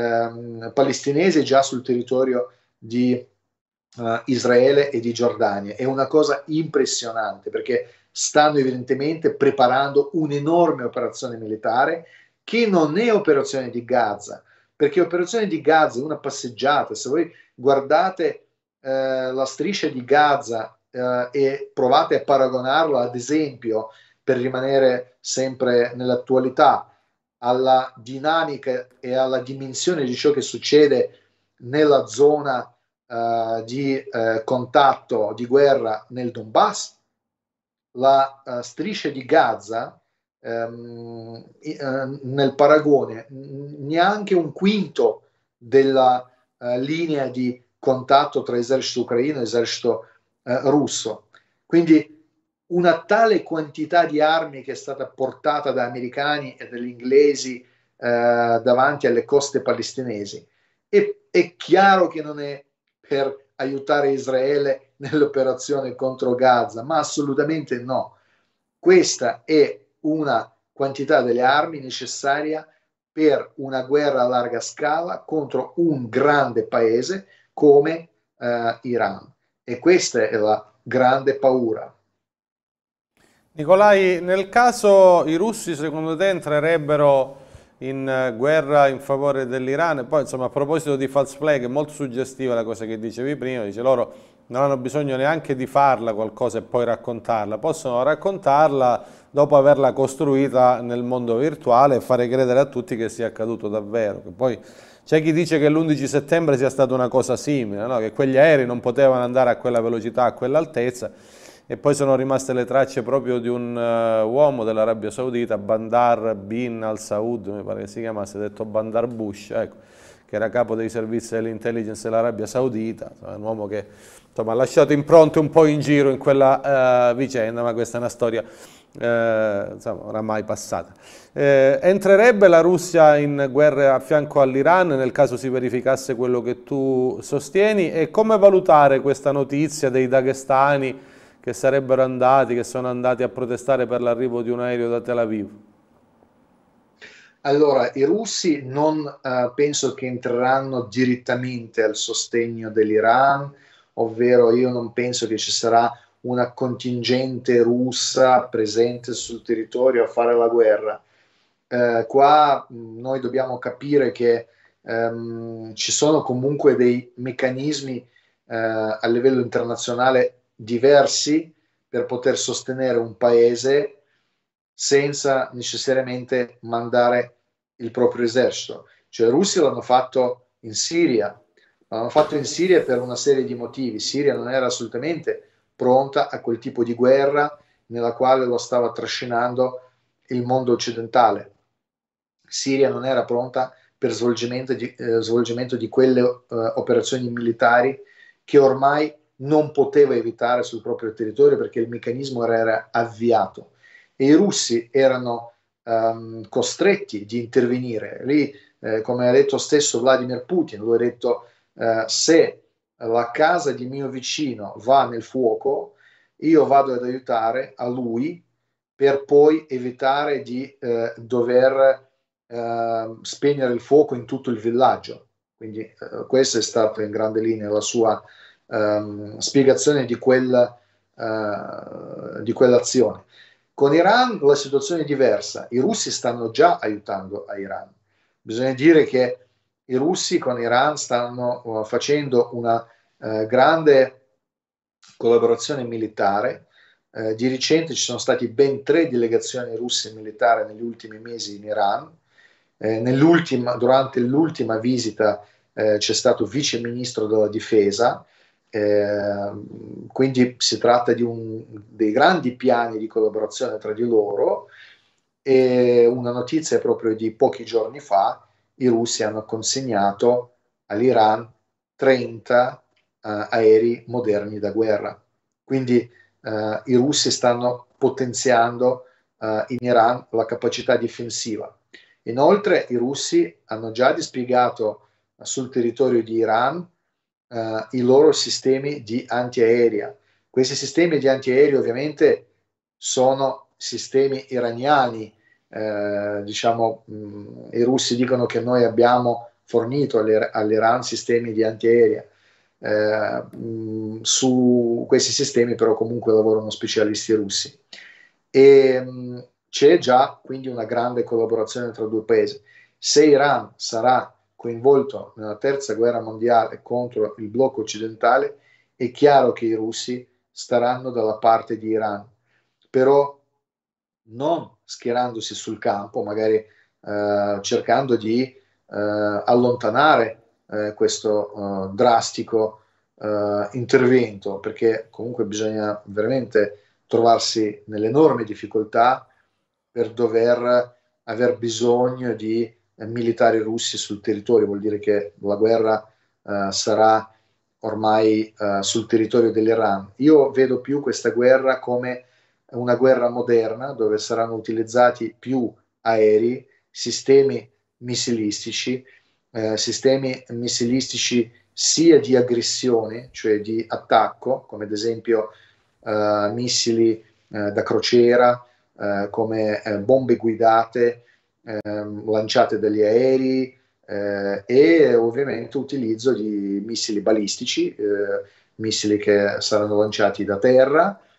um, palestinesi, già sul territorio di uh, Israele e di Giordania. È una cosa impressionante, perché stanno evidentemente preparando un'enorme operazione militare che non è operazione di Gaza, perché operazione di Gaza è una passeggiata. Se voi guardate eh, la striscia di Gaza eh, e provate a paragonarla, ad esempio, per rimanere sempre nell'attualità, alla dinamica e alla dimensione di ciò che succede nella zona eh, di eh, contatto, di guerra nel Donbass, la uh, striscia di Gaza Um, uh, nel paragone neanche un quinto della uh, linea di contatto tra esercito ucraino e esercito uh, russo. Quindi una tale quantità di armi che è stata portata da americani e dagli inglesi uh, davanti alle coste palestinesi. E è chiaro che non è per aiutare Israele nell'operazione contro Gaza, ma assolutamente no. Questa è una quantità delle armi necessaria per una guerra a larga scala contro un grande paese come eh, Iran, e questa è la grande paura. Nicolai, nel caso i russi secondo te entrerebbero in guerra in favore dell'Iran? E poi insomma a proposito di false flag è molto suggestiva la cosa che dicevi prima, dice loro non hanno bisogno neanche di farla qualcosa e poi raccontarla, possono raccontarla dopo averla costruita nel mondo virtuale e fare credere a tutti che sia accaduto davvero. Che poi c'è chi dice che l'undici settembre sia stata una cosa simile, no? Che quegli aerei non potevano andare a quella velocità, a quell'altezza, e poi sono rimaste le tracce proprio di un uh, uomo dell'Arabia Saudita, Bandar bin al-Saud, mi pare che si chiamasse, detto Bandar Bush, ecco, che era capo dei servizi dell'intelligence dell'Arabia Saudita, un uomo che insomma, ha lasciato impronte un po' in giro in quella uh, vicenda, ma questa è una storia uh, insomma, oramai passata. Eh, entrerebbe la Russia in guerra a fianco all'Iran nel caso si verificasse quello che tu sostieni, e come valutare questa notizia dei daghestani che sarebbero andati, che sono andati a protestare per l'arrivo di un aereo da Tel Aviv? Allora, i russi non uh, penso che entreranno direttamente al sostegno dell'Iran, ovvero io non penso che ci sarà una contingente russa presente sul territorio a fare la guerra. Uh, qua mh, noi dobbiamo capire che um, ci sono comunque dei meccanismi uh, a livello internazionale diversi per poter sostenere un paese senza necessariamente mandare il proprio esercito. Cioè i russi l'hanno fatto in Siria, l'hanno fatto in Siria per una serie di motivi. Siria non era assolutamente pronta a quel tipo di guerra nella quale lo stava trascinando il mondo occidentale. Siria non era pronta per svolgimento di, eh, svolgimento di quelle eh, operazioni militari che ormai non poteva evitare sul proprio territorio perché il meccanismo era, era avviato e i russi erano um, costretti di intervenire. Lì, eh, come ha detto stesso Vladimir Putin, lui ha detto eh, se la casa di mio vicino va nel fuoco, io vado ad aiutare a lui per poi evitare di eh, dover eh, spegnere il fuoco in tutto il villaggio. Quindi eh, questa è stata in grande linea la sua Um, spiegazione di, quel, uh, di quell'azione. Con Iran la situazione è diversa, i russi stanno già aiutando a Iran. Bisogna dire che i russi con Iran stanno uh, facendo una uh, grande collaborazione militare. Uh, di recente ci sono stati ben tre delegazioni russe militari negli ultimi mesi in Iran. Eh, nell'ultima, durante l'ultima visita eh, c'è stato il vice ministro della difesa. Eh, quindi si tratta di un, dei grandi piani di collaborazione tra di loro e una notizia proprio di pochi giorni fa, i russi hanno consegnato all'Iran trenta uh, aerei moderni da guerra, quindi uh, i russi stanno potenziando uh, in Iran la capacità difensiva. Inoltre i russi hanno già dispiegato uh, sul territorio di Iran Uh, i loro sistemi di antiaerea. Questi sistemi di antiaereo ovviamente sono sistemi iraniani, uh, diciamo mh, i russi dicono che noi abbiamo fornito all'Iran sistemi di antiaerea. Uh, mh, su questi sistemi però comunque lavorano specialisti russi e mh, c'è già quindi una grande collaborazione tra i due paesi. Se Iran sarà coinvolto nella terza guerra mondiale contro il blocco occidentale, è chiaro che i russi staranno dalla parte di Iran, però non schierandosi sul campo, magari eh, cercando di eh, allontanare eh, questo eh, drastico eh, intervento, perché comunque bisogna veramente trovarsi nelle enormi difficoltà per dover aver bisogno di militari russi sul territorio. Vuol dire che la guerra uh, sarà ormai uh, sul territorio dell'Iran. Io vedo più questa guerra come una guerra moderna dove saranno utilizzati più aerei, sistemi missilistici, eh, sistemi missilistici sia di aggressione, cioè di attacco, come ad esempio uh, missili uh, da crociera, uh, come uh, bombe guidate, Ehm, lanciate dagli aerei eh, e ovviamente utilizzo di missili balistici, eh, missili che saranno lanciati da terra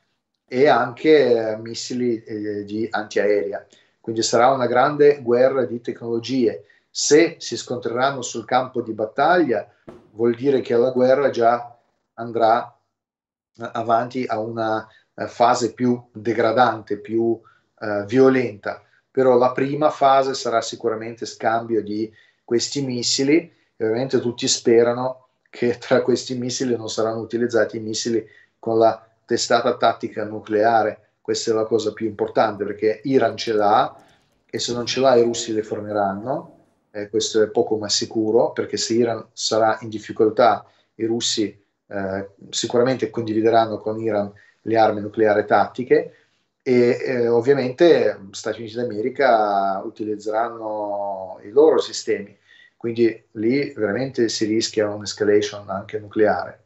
e anche missili eh, di antiaerea. Quindi sarà una grande guerra di tecnologie. Se si scontreranno sul campo di battaglia, vuol dire che la guerra già andrà avanti a una uh, fase più degradante, più uh, violenta. Però la prima fase sarà sicuramente scambio di questi missili, e ovviamente tutti sperano che tra questi missili non saranno utilizzati i missili con la testata tattica nucleare. Questa è la cosa più importante, perché Iran ce l'ha, e se non ce l'ha i russi le forniranno. Eh, questo è poco ma sicuro, perché se Iran sarà in difficoltà, i russi eh, sicuramente condivideranno con Iran le armi nucleari tattiche, e eh, ovviamente Stati Uniti d'America utilizzeranno i loro sistemi, quindi lì veramente si rischia un'escalation anche nucleare.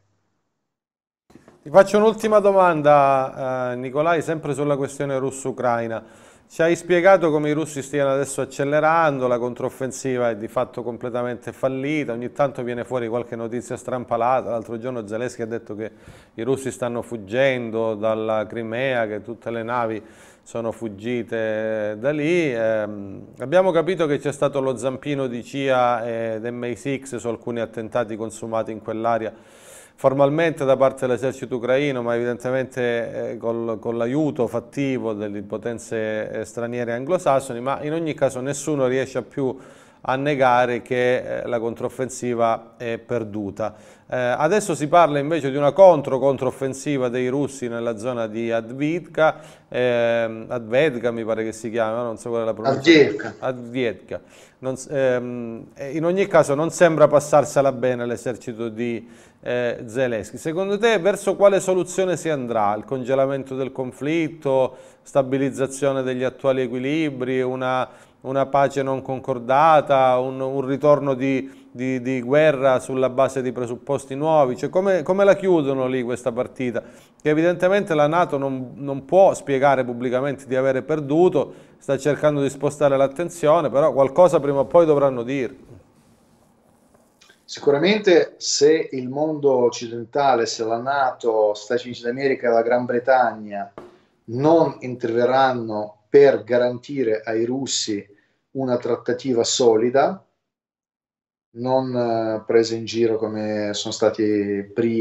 Ti faccio un'ultima domanda, eh, Nicolai, sempre sulla questione russo-ucraina. Ci hai spiegato come i russi stiano adesso accelerando, la controffensiva è di fatto completamente fallita, ogni tanto viene fuori qualche notizia strampalata. L'altro giorno Zelensky ha detto che i russi stanno fuggendo dalla Crimea, che tutte le navi sono fuggite da lì. Eh, abbiamo capito che c'è stato lo zampino di C I A ed M I sei su alcuni attentati consumati in quell'area, formalmente da parte dell'esercito ucraino, ma evidentemente eh, col, con l'aiuto fattivo delle potenze eh, straniere anglosassoni, ma in ogni caso nessuno riesce più a negare che eh, la controffensiva è perduta. Eh, adesso si parla invece di una contro-controffensiva dei russi nella zona di Advitka, eh, Advedka mi pare che si chiama, non so qual è la pronuncia. Advitka. Advitka. Non, ehm, in ogni caso non sembra passarsela bene l'esercito di eh, Zelensky. Secondo te verso quale soluzione si andrà? Il congelamento del conflitto, stabilizzazione degli attuali equilibri, una, una pace non concordata, un, un ritorno di, di, di guerra sulla base di presupposti nuovi? Cioè, come, come la chiudono lì questa partita? Che evidentemente la NATO non, non può spiegare pubblicamente di avere perduto, sta cercando di spostare l'attenzione, però qualcosa prima o poi dovranno dire. Sicuramente se il mondo occidentale, se la NATO, Stati Uniti d'America e la Gran Bretagna non interverranno per garantire ai russi una trattativa solida, non eh, prese in giro come sono stati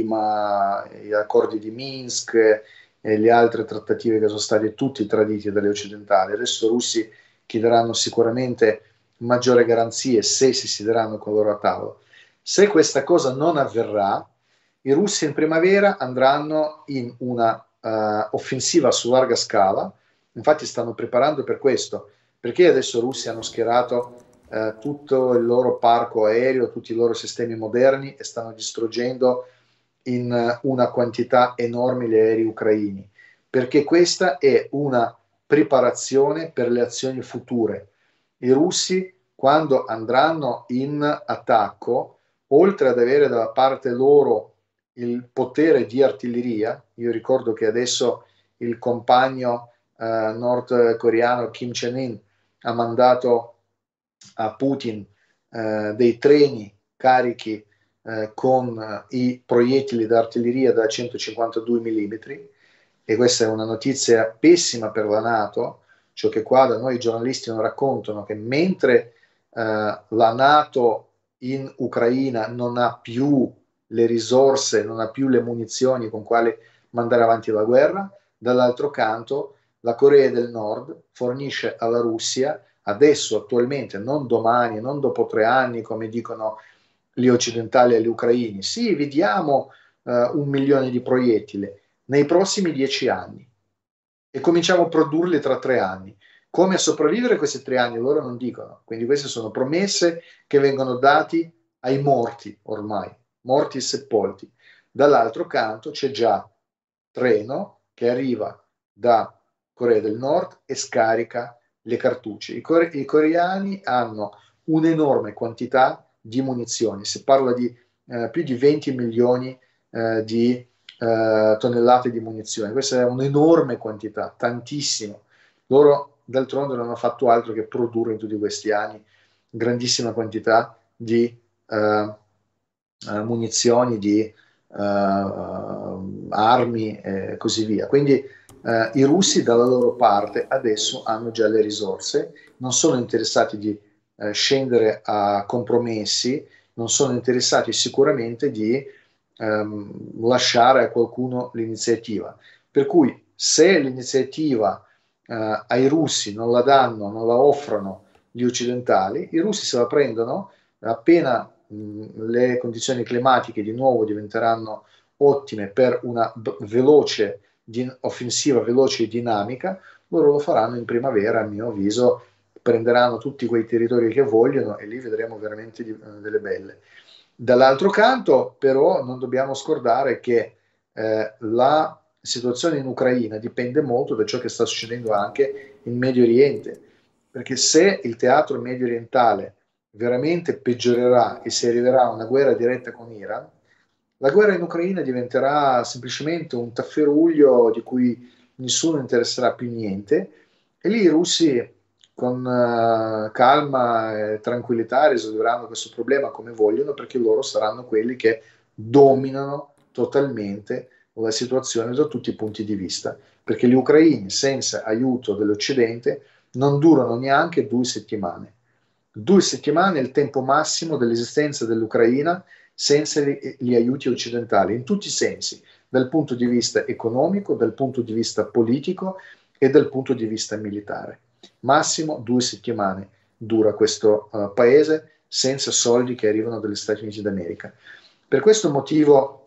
prima gli accordi di Minsk e le altre trattative che sono state tutti traditi dagli occidentali. Adesso i russi chiederanno sicuramente maggiori garanzie se si siederanno con loro a tavolo. Se questa cosa non avverrà, i russi in primavera andranno in una uh, offensiva su larga scala. Infatti stanno preparando per questo, perché adesso i russi hanno schierato uh, tutto il loro parco aereo, tutti i loro sistemi moderni, e stanno distruggendo in uh, una quantità enorme gli aerei ucraini, perché questa è una preparazione per le azioni future. I russi, quando andranno in attacco, oltre ad avere dalla parte loro il potere di artiglieria, io ricordo che adesso il compagno eh, nordcoreano Kim Jong-un ha mandato a Putin eh, dei treni carichi eh, con eh, i proiettili d'artiglieria da centocinquantadue millimetri, e questa è una notizia pessima per la NATO, ciò che qua da noi i giornalisti non raccontano, che mentre eh, la NATO in Ucraina non ha più le risorse, non ha più le munizioni con quali mandare avanti la guerra, dall'altro canto la Corea del Nord fornisce alla Russia, adesso attualmente, non domani, non dopo tre anni come dicono gli occidentali agli ucraini, sì, vi diamo uh, un milione di proiettili nei prossimi dieci anni e cominciamo a produrli tra tre anni. Come sopravvivere questi tre anni loro non dicono, quindi queste sono promesse che vengono dati ai morti ormai, morti e sepolti. Dall'altro canto c'è già treno che arriva da Corea del Nord e scarica le cartucce. I, core- i coreani hanno un'enorme quantità di munizioni, si parla di eh, più di venti milioni eh, di eh, tonnellate di munizioni, questa è un'enorme quantità, tantissimo. Loro d'altronde non hanno fatto altro che produrre in tutti questi anni grandissima quantità di eh, eh, munizioni, di eh, armi e così via. Quindi eh, i russi dalla loro parte adesso hanno già le risorse, non sono interessati di eh, scendere a compromessi, non sono interessati sicuramente di ehm, lasciare a qualcuno l'iniziativa. Per cui se l'iniziativa eh, ai russi non la danno, non la offrono gli occidentali, i russi se la prendono appena mh, le condizioni climatiche di nuovo diventeranno ottime per una b- veloce di, offensiva veloce e dinamica, loro lo faranno in primavera, a mio avviso, prenderanno tutti quei territori che vogliono e lì vedremo veramente di, eh, delle belle. Dall'altro canto, però, non dobbiamo scordare che eh, la situazione in Ucraina dipende molto da ciò che sta succedendo anche in Medio Oriente, perché se il teatro medio orientale veramente peggiorerà e si arriverà a una guerra diretta con Iran, la guerra in Ucraina diventerà semplicemente un tafferuglio di cui nessuno interesserà più niente e lì i russi con uh, calma e tranquillità risolveranno questo problema come vogliono, perché loro saranno quelli che dominano totalmente la situazione da tutti i punti di vista, perché gli ucraini senza aiuto dell'Occidente non durano neanche due settimane. Due settimane è il tempo massimo dell'esistenza dell'Ucraina senza gli, gli aiuti occidentali, in tutti i sensi, dal punto di vista economico, dal punto di vista politico e dal punto di vista militare. Massimo due settimane dura questo uh, paese senza soldi che arrivano dagli Stati Uniti d'America. Per questo motivo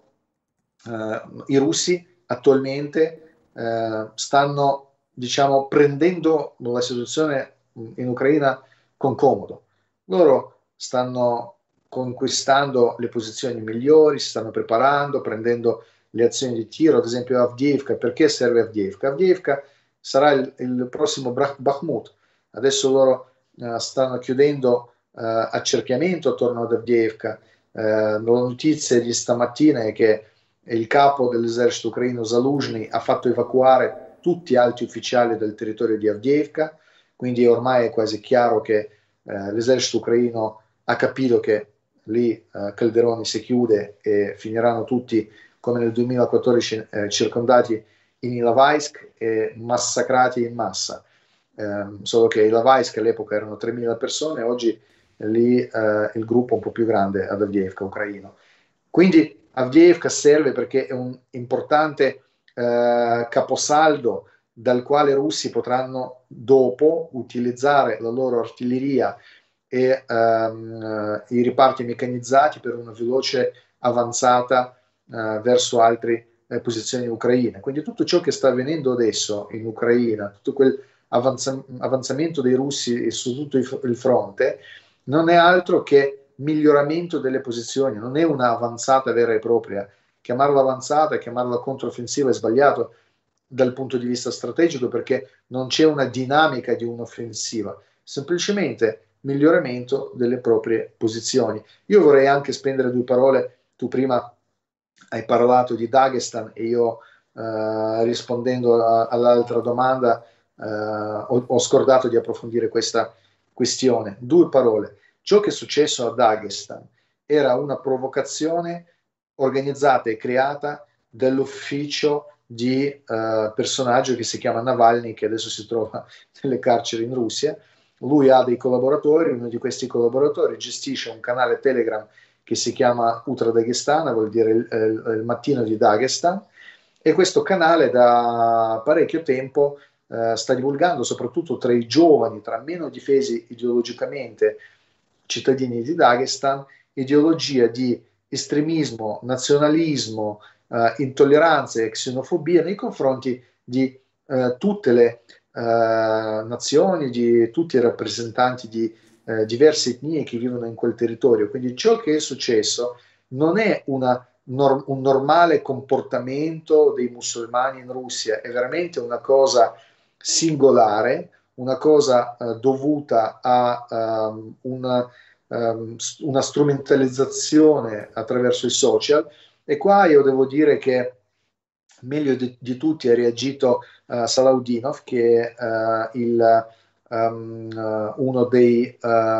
uh, i russi attualmente uh, stanno, diciamo, prendendo la situazione in Ucraina con comodo. Loro stanno conquistando le posizioni migliori, si stanno preparando, prendendo le azioni di tiro, ad esempio Avdiivka. Perché serve Avdiivka? Avdiivka sarà il, il prossimo Bakhmut. Adesso loro uh, stanno chiudendo uh, accerchiamento attorno ad Avdiivka. Uh, la notizia di stamattina è che il capo dell'esercito ucraino Zaluzhny ha fatto evacuare tutti gli alti ufficiali del territorio di Avdiivka, quindi ormai è quasi chiaro che uh, l'esercito ucraino ha capito che lì uh, Calderoni si chiude e finiranno tutti come nel duemilaquattordici eh, circondati in Ilavaisk e massacrati in massa. Eh, solo che Ilavaisk all'epoca erano tremila persone, oggi lì eh, il gruppo è un po' più grande ad Avdiivka, ucraino. Quindi Avdiivka serve perché è un importante eh, caposaldo dal quale i russi potranno dopo utilizzare la loro artiglieria e ehm, i riparti meccanizzati per una veloce avanzata eh, verso altre eh, posizioni ucraine. Quindi tutto ciò che sta avvenendo adesso in Ucraina, tutto quel avanza- avanzamento dei russi su tutto il, il fronte, non è altro che miglioramento delle posizioni, non è una avanzata vera e propria. Chiamarla avanzata, chiamarla controffensiva è sbagliato dal punto di vista strategico, perché non c'è una dinamica di un'offensiva, semplicemente miglioramento delle proprie posizioni. Io vorrei anche spendere due parole. Tu prima hai parlato di Dagestan e io eh, rispondendo a, all'altra domanda eh, ho, ho scordato di approfondire questa questione. Due parole. Ciò che è successo a Dagestan era una provocazione organizzata e creata dall'ufficio di eh, personaggio che si chiama Navalny, che adesso si trova nelle carceri in Russia. Lui ha dei collaboratori, uno di questi collaboratori gestisce un canale Telegram che si chiama Utra Dagestana, vuol dire il, il, il mattino di Dagestan, e questo canale da parecchio tempo eh, sta divulgando, soprattutto tra i giovani, tra meno difesi ideologicamente cittadini di Dagestan, ideologia di estremismo, nazionalismo, eh, intolleranza e xenofobia nei confronti di eh, tutte le eh, nazioni, di tutti i rappresentanti di eh, diverse etnie che vivono in quel territorio. Quindi ciò che è successo non è una, nor- un normale comportamento dei musulmani in Russia, è veramente una cosa singolare, una cosa eh, dovuta a um, una, um, una strumentalizzazione attraverso i social. E qua io devo dire che meglio di, di tutti ha reagito uh, Salaudinov, che è uh, il, um, uh, uno dei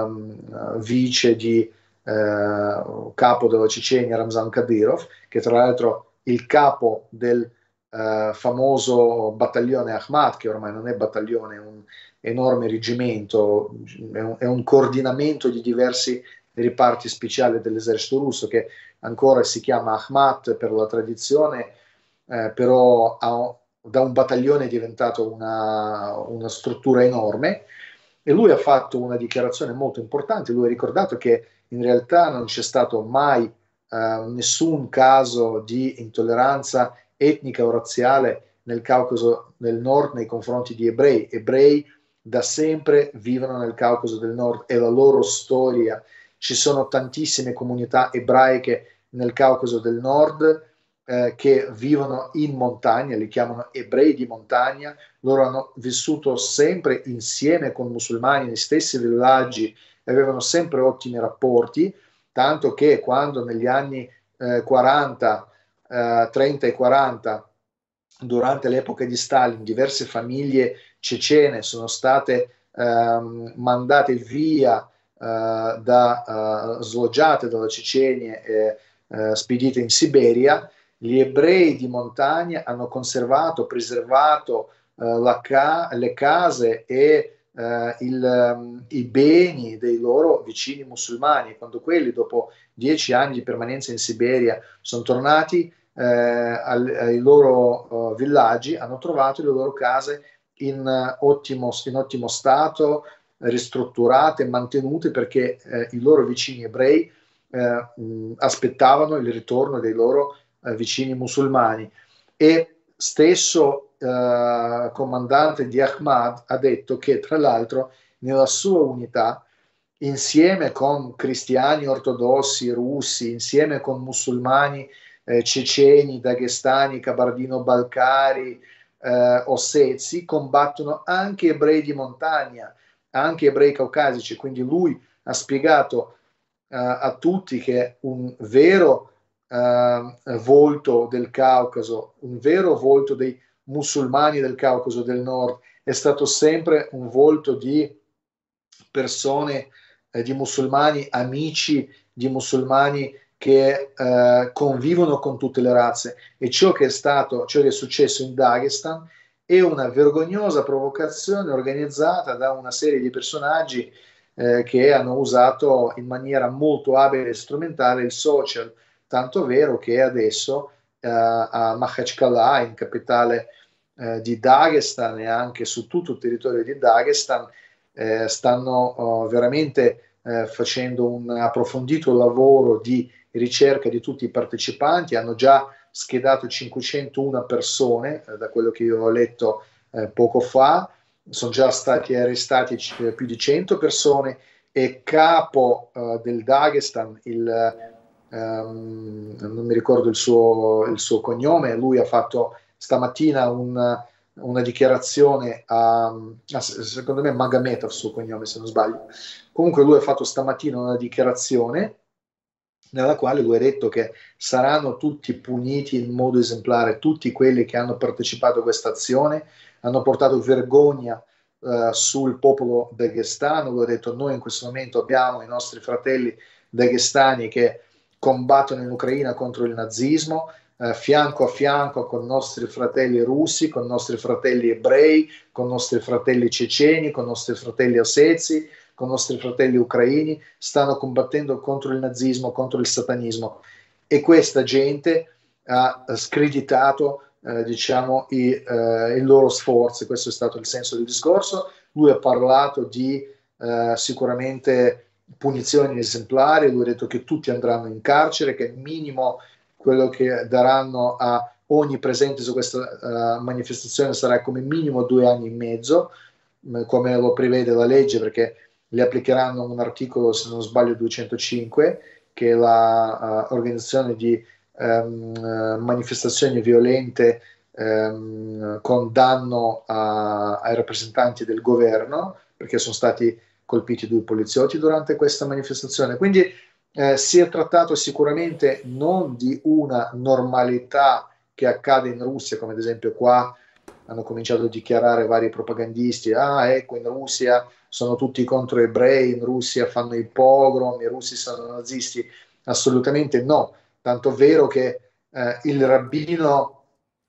um, vice di uh, capo della Cecenia Ramzan Kadyrov, che tra l'altro il capo del eh, famoso battaglione Ahmad, che ormai non è battaglione, è un enorme reggimento, è un, è un coordinamento di diversi riparti speciali dell'esercito russo che ancora si chiama Ahmad per la tradizione, eh, però ha, da un battaglione è diventato una, una struttura enorme, e lui ha fatto una dichiarazione molto importante. Lui ha ricordato che in realtà non c'è stato mai eh, nessun caso di intolleranza etnica o razziale nel Caucaso del Nord nei confronti di ebrei. Ebrei da sempre vivono nel Caucaso del Nord, è la loro storia. Ci sono tantissime comunità ebraiche nel Caucaso del Nord eh, che vivono in montagna, li chiamano ebrei di montagna. Loro hanno vissuto sempre insieme con musulmani negli stessi villaggi e avevano sempre ottimi rapporti, tanto che quando negli anni eh, quaranta, eh, trenta e quaranta, durante l'epoca di Stalin, diverse famiglie cecene sono state ehm, mandate via, Uh, da, uh, sloggiate dalla Cecenia e uh, spedite in Siberia. Gli ebrei di montagna hanno conservato, preservato uh, la ca- le case e uh, il, um, i beni dei loro vicini musulmani. Quando quelli, dopo dieci anni di permanenza in Siberia, sono tornati uh, al, ai loro uh, villaggi, hanno trovato le loro case in, uh, ottimo, in ottimo stato, ristrutturate e mantenute, perché eh, i loro vicini ebrei eh, mh, aspettavano il ritorno dei loro eh, vicini musulmani. E stesso eh, comandante di Ahmad ha detto che, tra l'altro, nella sua unità, insieme con cristiani ortodossi russi, insieme con musulmani eh, ceceni, daghestani, kabardino-balcari, eh, ossezi, combattono anche ebrei di montagna, anche ebrei caucasici. Quindi lui ha spiegato uh, a tutti che un vero uh, volto del Caucaso, un vero volto dei musulmani del Caucaso del Nord è stato sempre un volto di persone, eh, di musulmani, amici di musulmani che eh, convivono con tutte le razze. E ciò che è stato, ciò che è successo in Dagestan è una vergognosa provocazione organizzata da una serie di personaggi eh, che hanno usato in maniera molto abile e strumentale il social, tanto vero che adesso eh, a Makhachkala, in capitale eh, di Dagestan, e anche su tutto il territorio di Dagestan, eh, stanno oh, veramente eh, facendo un approfondito lavoro di ricerca di tutti i partecipanti. Hanno già schedato cinquecentouno persone, eh, da quello che io ho letto eh, poco fa. Sono già stati arrestati eh, più di cento persone, e capo eh, del Dagestan, il, um, non mi ricordo il suo, il suo cognome, lui ha fatto stamattina un, una dichiarazione a, a, secondo me Magometov, il suo cognome se non sbaglio. Comunque lui ha fatto stamattina una dichiarazione nella quale lui ha detto che saranno tutti puniti in modo esemplare, tutti quelli che hanno partecipato a questa azione, hanno portato vergogna uh, sul popolo daghestano. Lui ha detto: noi in questo momento abbiamo i nostri fratelli daghestani che combattono in Ucraina contro il nazismo, uh, fianco a fianco con i nostri fratelli russi, con i nostri fratelli ebrei, con i nostri fratelli ceceni, con i nostri fratelli ossezi, con i nostri fratelli ucraini, stanno combattendo contro il nazismo, contro il satanismo. E questa gente ha screditato eh, diciamo i, eh, i loro sforzi. Questo è stato il senso del discorso. Lui ha parlato di eh, sicuramente punizioni esemplari. Lui ha detto che tutti andranno in carcere, che il minimo quello che daranno a ogni presente su questa uh, manifestazione sarà come minimo due anni e mezzo, come lo prevede la legge, perché le applicheranno un articolo, se non sbaglio, duecentocinque, che è l'organizzazione uh, di um, uh, manifestazioni violente um, con danno a, ai rappresentanti del governo, perché sono stati colpiti due poliziotti durante questa manifestazione. Quindi eh, si è trattato sicuramente non di una normalità che accade in Russia, come ad esempio qua hanno cominciato a dichiarare vari propagandisti: ah, ecco, in Russia sono tutti contro ebrei, in Russia fanno i pogrom, i russi sono nazisti. Assolutamente no, tanto vero che eh, il rabbino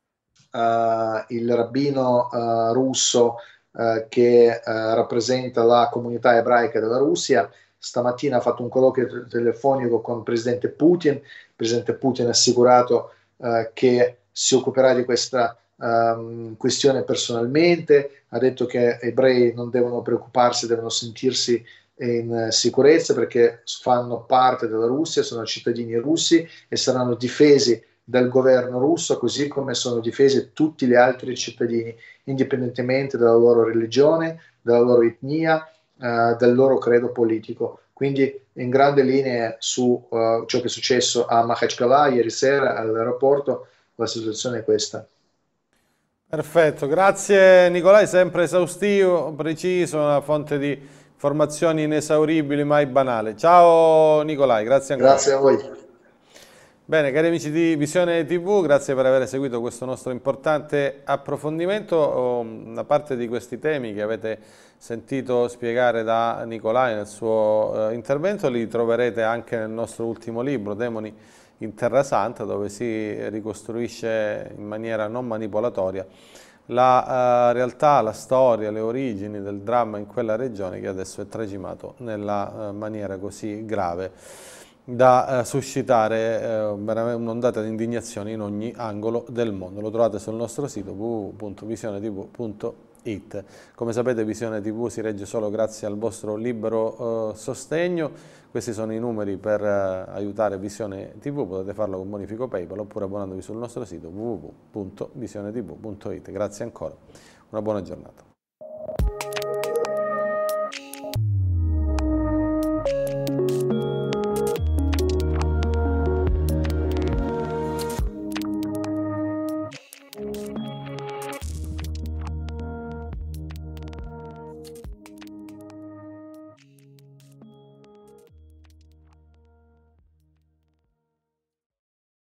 uh, il rabbino uh, russo uh, che uh, rappresenta la comunità ebraica della Russia. Stamattina ha fatto un colloquio telefonico con il presidente Putin. Il presidente Putin ha assicurato uh, che si occuperà di questa um, questione personalmente, ha detto che ebrei non devono preoccuparsi, devono sentirsi in sicurezza perché fanno parte della Russia, sono cittadini russi e saranno difesi dal governo russo, così come sono difesi tutti gli altri cittadini, indipendentemente dalla loro religione, dalla loro etnia, eh, dal loro credo politico. Quindi in grandi linee su uh, ciò che è successo a Makhachkala ieri sera all'aeroporto, la situazione è questa. Perfetto, grazie Nicolai, sempre esaustivo, preciso, una fonte di informazioni inesauribili, mai banale. Ciao Nicolai, grazie ancora. Grazie a voi. Bene, cari amici di Visione tivù, grazie per aver seguito questo nostro importante approfondimento. Una parte di questi temi che avete sentito spiegare da Nicolai nel suo eh, intervento li troverete anche nel nostro ultimo libro, Demoni in Terra Santa, dove si ricostruisce in maniera non manipolatoria la uh, realtà, la storia, le origini del dramma in quella regione che adesso è tragimato nella uh, maniera così grave da uh, suscitare uh, un'ondata di indignazione in ogni angolo del mondo. Lo trovate sul nostro sito w w w punto visione t v punto it. Come sapete, Visione tivù si regge solo grazie al vostro libero uh, sostegno. Questi sono i numeri per uh, aiutare Visione tivù, potete farlo con bonifico PayPal oppure abbonandovi sul nostro sito w w w punto visione t v punto it. Grazie ancora, una buona giornata.